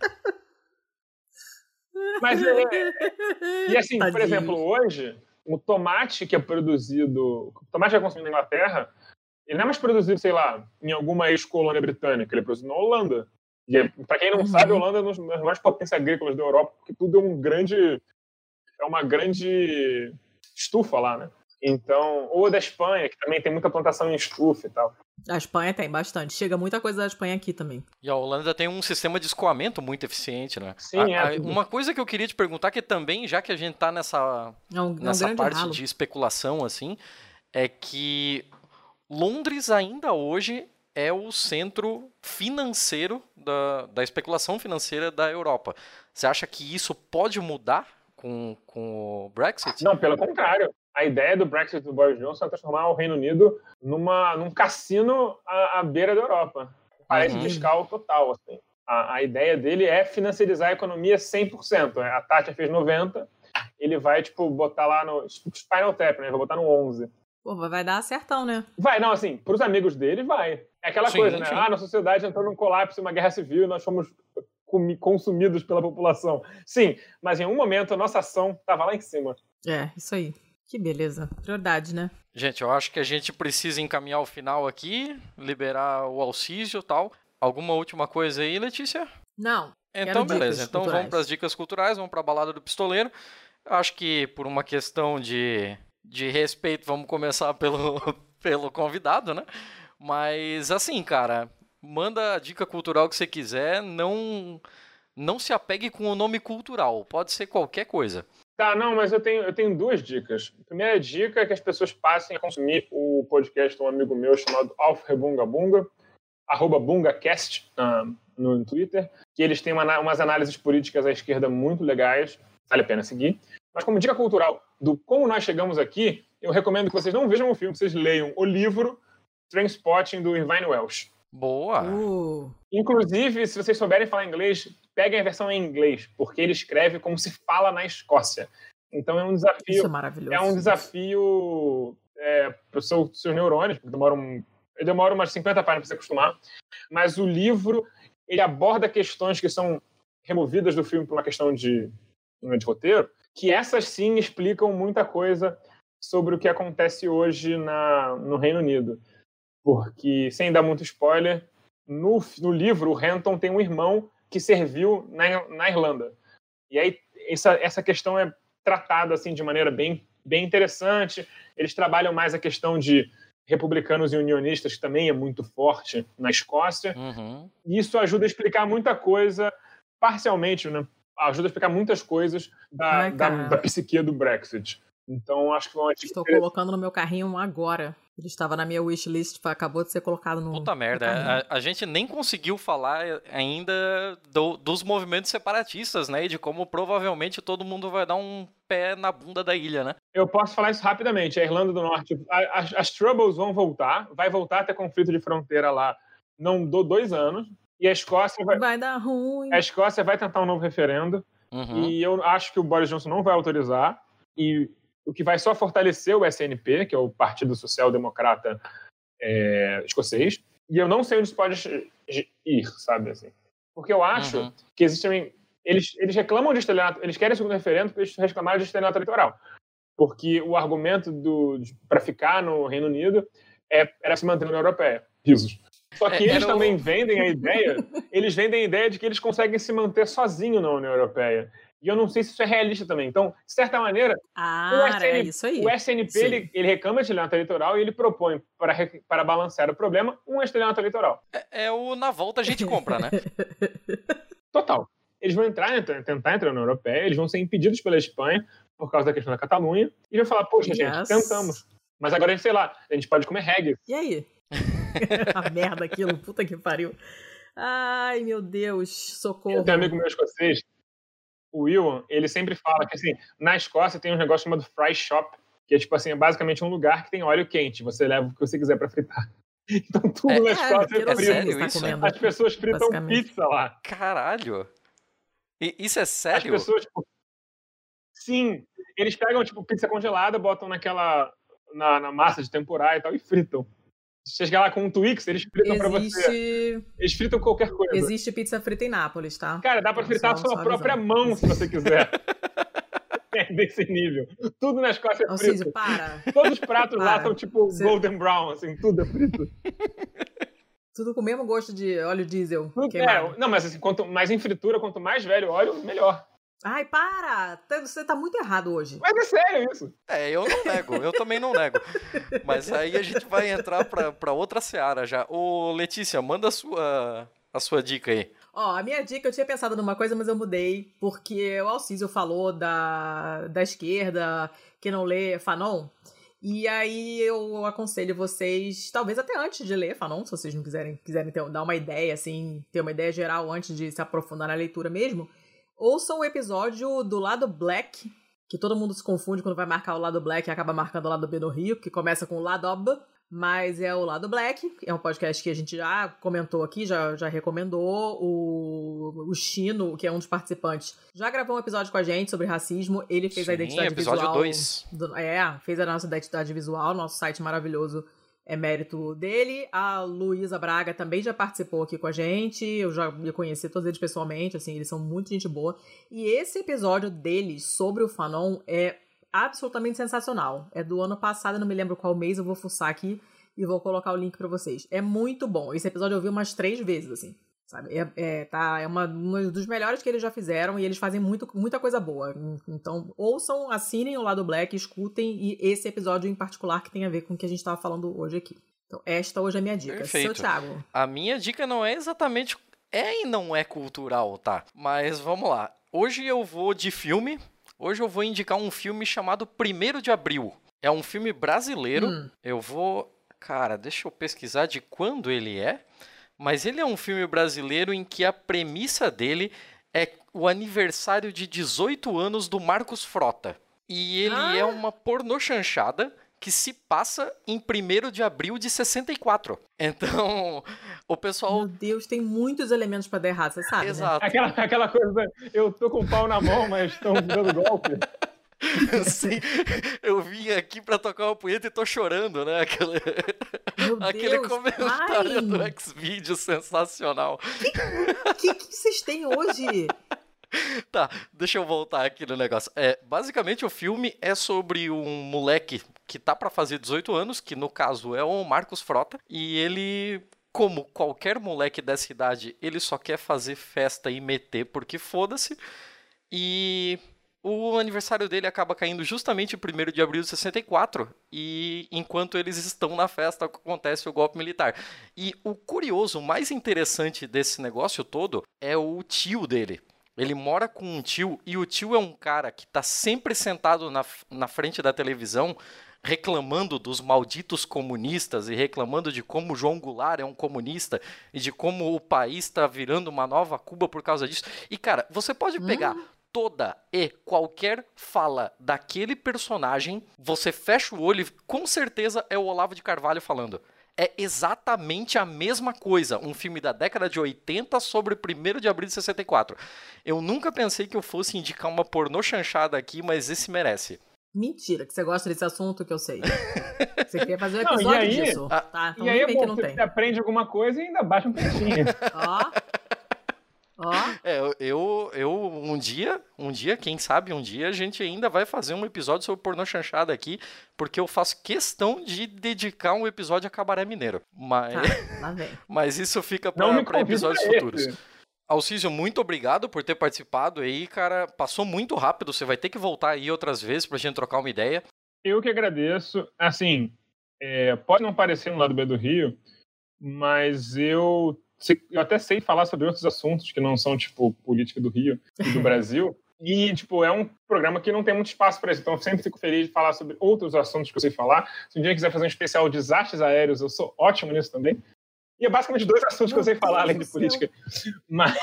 Mas, é, e assim, Tadinho. Por exemplo, hoje, o tomate que é produzido, o tomate que é consumido na Inglaterra, ele não é mais produzido, sei lá, em alguma ex-colônia britânica, ele é produzido na Holanda. E, para quem não uhum. sabe, a Holanda é uma das maiores potências agrícolas da Europa, porque tudo é um grande, é uma grande estufa lá, né? Então, ou da Espanha, que também tem muita plantação em estufa e tal. A Espanha tem bastante. Chega muita coisa da Espanha aqui também. E a Holanda tem um sistema de escoamento muito eficiente, né? Sim, a, é. A, uma coisa que eu queria te perguntar, que também, já que a gente tá nessa, é um, nessa um parte ralo. de especulação, assim, é que Londres ainda hoje é o centro financeiro da, da especulação financeira da Europa. Você acha que isso pode mudar com, com o Brexit? Não, pelo contrário. A ideia do Brexit do Boris Johnson é transformar o Reino Unido numa, num cassino à, à beira da Europa. Paraíso uhum. fiscal total. Assim. A, a ideia dele é financiarizar a economia cem por cento. A Thatcher fez noventa por cento, ele vai tipo, botar lá no Spinal Tap, né? Vai botar no onze por cento. Pô, vai dar acertão, né? Vai, não, assim, pros amigos dele, vai. É aquela sim, coisa, né? Sim. Ah, nossa sociedade entrou num colapso, uma guerra civil, e nós fomos consumidos pela população. Sim, mas em um momento a nossa ação estava lá em cima. É, isso aí. Que beleza. Prioridade, né? Gente, eu acho que a gente precisa encaminhar o final aqui, liberar o Alcísio e tal. Alguma última coisa aí, Letícia? Não. Então, beleza. Então vamos para as dicas culturais, vamos para a balada do pistoleiro. Eu acho que por uma questão de, de respeito, vamos começar pelo, pelo convidado, né? Mas assim, cara, manda a dica cultural que você quiser, não, não se apegue com o nome cultural, pode ser qualquer coisa. Tá, não, mas eu tenho, eu tenho duas dicas. A primeira dica é que as pessoas passem a consumir o podcast de um amigo meu chamado Alf Rebunga Bunga, arroba BungaCast uh, no Twitter, que eles têm uma, umas análises políticas à esquerda muito legais, vale a pena seguir. Mas como dica cultural do como nós chegamos aqui, eu recomendo que vocês não vejam o filme, que vocês leiam o livro Trainspotting, do Irvine Welsh. Boa! Uh. Inclusive, se vocês souberem falar inglês, peguem a versão em inglês, porque ele escreve como se fala na Escócia. Então é um desafio. Isso é maravilhoso. É um desafio é, para os seu, seus neurônios, porque demoram, demora umas cinquenta páginas para se acostumar. Mas o livro, ele aborda questões que são removidas do filme por uma questão de, de roteiro, que essas sim explicam muita coisa sobre o que acontece hoje na, no Reino Unido. Porque, sem dar muito spoiler, no, no livro, o Renton tem um irmão que serviu na, na Irlanda. E aí, essa, essa questão é tratada assim, de maneira bem, bem interessante. Eles trabalham mais a questão de republicanos e unionistas, que também é muito forte na Escócia. Uhum. E isso ajuda a explicar muita coisa, parcialmente, né? Ajuda a explicar muitas coisas da, Ai, da, da psique do Brexit. Então, acho que foi uma dica Estou colocando no meu carrinho agora. Ele estava na minha wishlist, acabou de ser colocado no... Puta merda, a, a gente nem conseguiu falar ainda do, dos movimentos separatistas, né? E de como provavelmente todo mundo vai dar um pé na bunda da ilha, né? Eu posso falar isso rapidamente. A Irlanda do Norte, a, as, as Troubles vão voltar, vai voltar a ter conflito de fronteira lá, não dou dois anos, e a Escócia vai... Vai dar ruim. A Escócia vai tentar um novo referendo, Uhum. e eu acho que o Boris Johnson não vai autorizar, e o que vai só fortalecer o S N P, que é o Partido Social Democrata é, escocês, e eu não sei onde isso pode ir, sabe, assim. Porque eu acho uhum. que existe também... Eles, eles reclamam de estelionato, eles querem segundo referendo porque eles reclamaram de estelionato eleitoral. Porque o argumento para ficar no Reino Unido é, era se manter na União Europeia. Risos. Só que É, eles o... também vendem a ideia, eles vendem a ideia de que eles conseguem se manter sozinhos na União Europeia. E eu não sei se isso é realista também. Então, de certa maneira, ah, o S N P, é isso aí. O S N P ele, ele reclama de estelionato eleitoral e ele propõe, para, para balancear o problema, um estelionato eleitoral. É, é o na volta a gente compra, né? Total. Eles vão entrar, tentar entrar na União Europeia, eles vão ser impedidos pela Espanha por causa da questão da Catalunha, e vão falar, poxa, yes. gente, tentamos. Mas agora, sei lá, a gente pode comer reggae. E aí? A merda aquilo, puta que pariu. Ai, meu Deus, socorro. Eu tenho um amigo meu escocês, o Will, ele sempre fala que, assim, na Escócia tem um negócio chamado fry shop, que é, tipo assim, é basicamente um lugar que tem óleo quente, você leva o que você quiser pra fritar. Então tudo é, na Escócia é, é sério isso? Comendo, as pessoas fritam pizza lá. Caralho! E, isso é sério? As pessoas, tipo, sim, eles pegam, tipo, pizza congelada, botam naquela, na, na massa de tempurá e tal, e fritam. Se chegar lá com um Twix, eles fritam Existe... pra você. Eles fritam qualquer coisa. Existe pizza frita em Nápoles, tá? Cara, dá pra fritar só, a sua só própria avisando. mão, se você quiser. É desse nível. Tudo na Escócia é frito. Alcísio, para. Todos os pratos para. lá são tipo Você... golden brown, assim, tudo é frito. Tudo com o mesmo gosto de óleo diesel. Tudo, é, não, mas assim, quanto mais em fritura, quanto mais velho o óleo, melhor. Ai, para! Você tá muito errado hoje. Mas é sério isso. É, eu não nego, eu também não nego. Mas aí a gente vai entrar pra, pra outra seara já. Ô, Letícia, manda a sua, a sua dica aí. Ó, a minha dica, eu tinha pensado numa coisa, mas eu mudei, porque o Alcísio falou da, da esquerda, que não lê Fanon, e aí eu aconselho vocês, talvez até antes de ler Fanon, se vocês não quiserem, quiserem ter, dar uma ideia, assim, ter uma ideia geral antes de se aprofundar na leitura mesmo, ouçam o episódio do Lado Black, que todo mundo se confunde quando vai marcar o Lado Black e acaba marcando o Lado B no Rio, que começa com o Lado Ob, mas é o Lado Black, é um podcast que a gente já comentou aqui, já, já recomendou. O, o Chino, que é um dos participantes, já gravou um episódio com a gente sobre racismo. Ele fez Sim, a identidade episódio visual. dois. Do, é, fez a nossa identidade visual, nosso site maravilhoso é mérito dele. A Luísa Braga também já participou aqui com a gente. Eu já me conheci todos eles pessoalmente, assim, eles são muito gente boa. E esse episódio deles sobre o Fanon é absolutamente sensacional. É do ano passado, eu não me lembro qual mês, eu vou fuçar aqui e vou colocar o link pra vocês. É muito bom. Esse episódio eu vi umas três vezes, assim. Sabe? É, é, tá, é uma, um dos melhores que eles já fizeram e eles fazem muito, muita coisa boa. Então, ouçam, assinem o Lado Black, escutem, e esse episódio em particular que tem a ver com o que a gente tava falando hoje aqui. Então, esta hoje é a minha dica. Perfeito. Seu Thiago. A minha dica não é exatamente... É e não é cultural, tá? Mas vamos lá. Hoje eu vou de filme. Hoje eu vou indicar um filme chamado Primeiro de Abril. É um filme brasileiro. Hum. Eu vou... Cara, deixa eu pesquisar de quando ele é. Mas ele é um filme brasileiro em que a premissa dele é o aniversário de dezoito anos do Marcos Frota. E ele ah. é uma pornochanchada que se passa em primeiro de abril de sessenta e quatro. Então, o pessoal... Meu Deus, tem muitos elementos pra dar errado, você sabe, Exato. Né? Aquela, aquela coisa, eu tô com o pau na mão, mas estão dando golpe. Sim, eu vim aqui pra tocar uma punheta e tô chorando, né? Aquele, Aquele Deus, comentário pai. do X-Video sensacional. O que, que vocês têm hoje? Tá, deixa eu voltar aqui no negócio. É, basicamente, o filme é sobre um moleque que tá pra fazer dezoito anos, que no caso é o Marcos Frota, e ele, como qualquer moleque dessa idade, ele só quer fazer festa e meter porque foda-se, e... O aniversário dele acaba caindo justamente em primeiro de abril de sessenta e quatro, e enquanto eles estão na festa acontece o golpe militar. E o curioso, o mais interessante desse negócio todo é o tio dele. Ele mora com um tio, e o tio é um cara que está sempre sentado na, na frente da televisão reclamando dos malditos comunistas e reclamando de como João Goulart é um comunista e de como o país está virando uma nova Cuba por causa disso. E cara, você pode pegar... Hum. Toda e qualquer fala daquele personagem, você fecha o olho e com certeza é o Olavo de Carvalho falando. É exatamente a mesma coisa, um filme da década de oitenta sobre primeiro de abril de sessenta e quatro. Eu nunca pensei que eu fosse indicar uma pornô chanchada aqui, mas esse merece. Mentira, que você gosta desse assunto que eu sei. Você quer fazer um episódio não, e aí, disso. A, tá, então e aí é bom que não que tem. você aprende alguma coisa e ainda baixa um peitinho. Ó... Oh. É, eu, eu um dia, um dia, quem sabe, um dia a gente ainda vai fazer um episódio sobre pornô chanchada aqui, porque eu faço questão de dedicar um episódio a Cabaré Mineiro. Mas, tá, lá vem. Mas isso fica para episódios futuros. Esse. Alcísio, muito obrigado por ter participado aí, cara. Passou muito rápido, você vai ter que voltar aí outras vezes pra gente trocar uma ideia. Eu que agradeço. Assim, é, pode não parecer no lado B do Rio, mas eu... Eu até sei falar sobre outros assuntos que não são, tipo, política do Rio e do Brasil. E, tipo, é um programa que não tem muito espaço para isso. Então, eu sempre fico feliz de falar sobre outros assuntos que eu sei falar. Se um dia quiser fazer um especial de desastres aéreos, eu sou ótimo nisso também. E é basicamente dois assuntos Meu que eu sei falar, Deus além de política. Céu. Mas...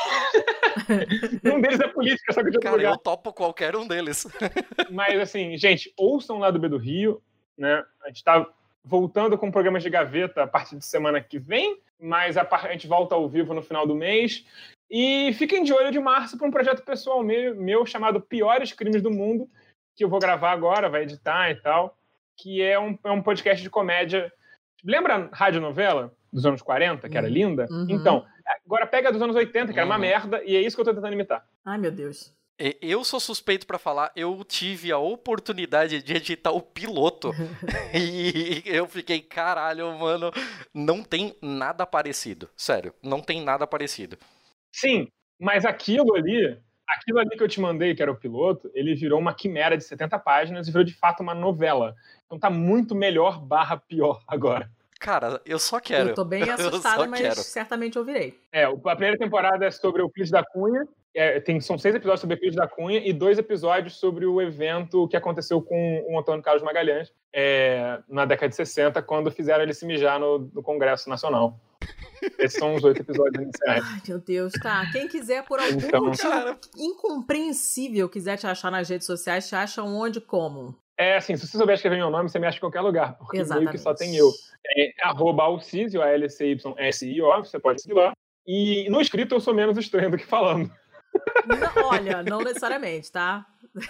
um deles é política, só que de outro Cara, lugar. eu topo qualquer um deles. Mas, assim, gente, ouçam o Lado B do Rio, né? A gente tá voltando com programas de gaveta a partir de semana que vem, mas a, a gente volta ao vivo no final do mês. E fiquem de olho de março para um projeto pessoal meu, meu chamado Piores Crimes do Mundo, que eu vou gravar agora, vai editar e tal, que é um, é um podcast de comédia. Lembra a radionovela dos anos quarenta, que era linda? Uhum. Então, agora pega a dos anos oitenta, que era uma Uhum. merda, e é isso que eu tô tentando imitar. Ai, meu Deus. Eu sou suspeito pra falar, eu tive a oportunidade de editar o piloto e eu fiquei, caralho, mano, não tem nada parecido. Sério, não tem nada parecido. Sim, mas aquilo ali, aquilo ali que eu te mandei, que era o piloto, ele virou uma quimera de setenta páginas e virou de fato uma novela. Então tá muito melhor barra pior agora. Cara, eu só quero. Eu tô bem assustada, mas quero. Certamente ouvirei. É, a primeira temporada é sobre o Euclides da Cunha. É, tem, são seis episódios sobre o Euclides da Cunha e dois episódios sobre o evento que aconteceu com o Antônio Carlos Magalhães é, na década de sessenta, quando fizeram ele se mijar no, no Congresso Nacional. Esses são os oito episódios iniciais. Ai, meu Deus, tá. Quem quiser, por algum Então, motivo cara. incompreensível, quiser te achar nas redes sociais, te acham onde, como? É, assim, se você souber escrever meu nome, você me acha em qualquer lugar, porque Exatamente. meio que só tem eu. É arroba Alcísio, A L C Y S I O, você pode seguir lá. E no escrito eu sou menos estranho do que falando. Não, olha, não necessariamente, tá?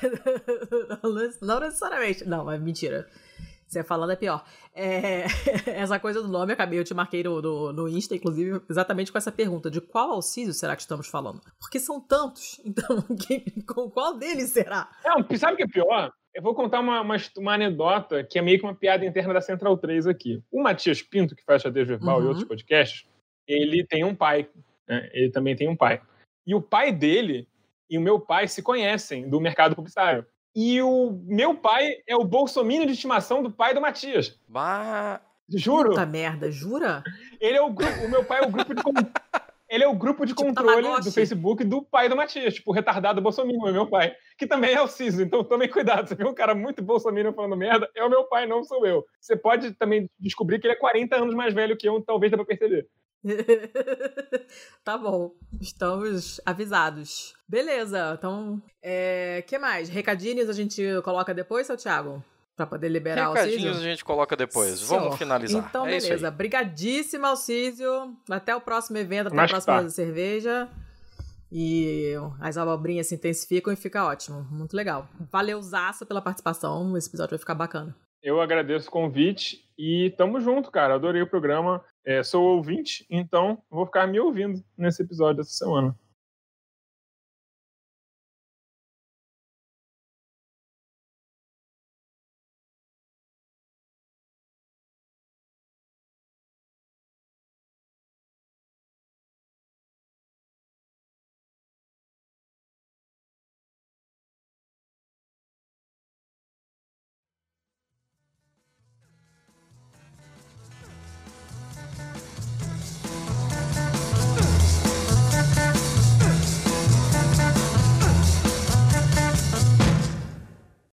Não necessariamente. Não, mas mentira. Você falando é pior. É, essa coisa do nome, eu acabei, eu te marquei no, no, no Insta, inclusive, exatamente com essa pergunta: de qual Alcísio será que estamos falando? Porque são tantos, então, quem, com qual deles será? Não, sabe o que é pior? Eu vou contar uma, uma, uma anedota que é meio que uma piada interna da Central três aqui. O Matias Pinto, que faz xadrez verbal Uhum. e outros podcasts, ele tem um pai. Né? Ele também tem um pai. E o pai dele e o meu pai se conhecem do mercado publicitário. E o meu pai é o bolsominion de estimação do pai do Matias. Bah... Juro. Puta merda, jura? Ele é o grupo, o meu pai é o grupo de ele é o grupo de Tipo controle Tamagotchi. do Facebook do pai do Matias, tipo, o retardado bolsominion, é meu pai, que também é o Ciso, então tomem cuidado, você viu um cara muito bolsominion falando merda, é o meu pai, não sou eu. Você pode também descobrir que ele é quarenta anos mais velho que eu, talvez dê pra perceber. Tá bom, estamos avisados. Beleza, então, é, que mais? Recadinhos a gente coloca depois, seu Thiago? Pra poder liberar Recadinhos o Alcísio? a gente coloca depois. Senhor. Vamos finalizar. Então, é isso beleza. aí. Brigadíssima, Alcísio. Até o próximo evento, até Mas a próxima tá. cerveja. E as abobrinhas se intensificam e fica ótimo. Muito legal. Valeuzaço pela participação. Esse episódio vai ficar bacana. Eu agradeço o convite e tamo junto, cara. Adorei o programa. É, sou ouvinte, então vou ficar me ouvindo nesse episódio dessa semana.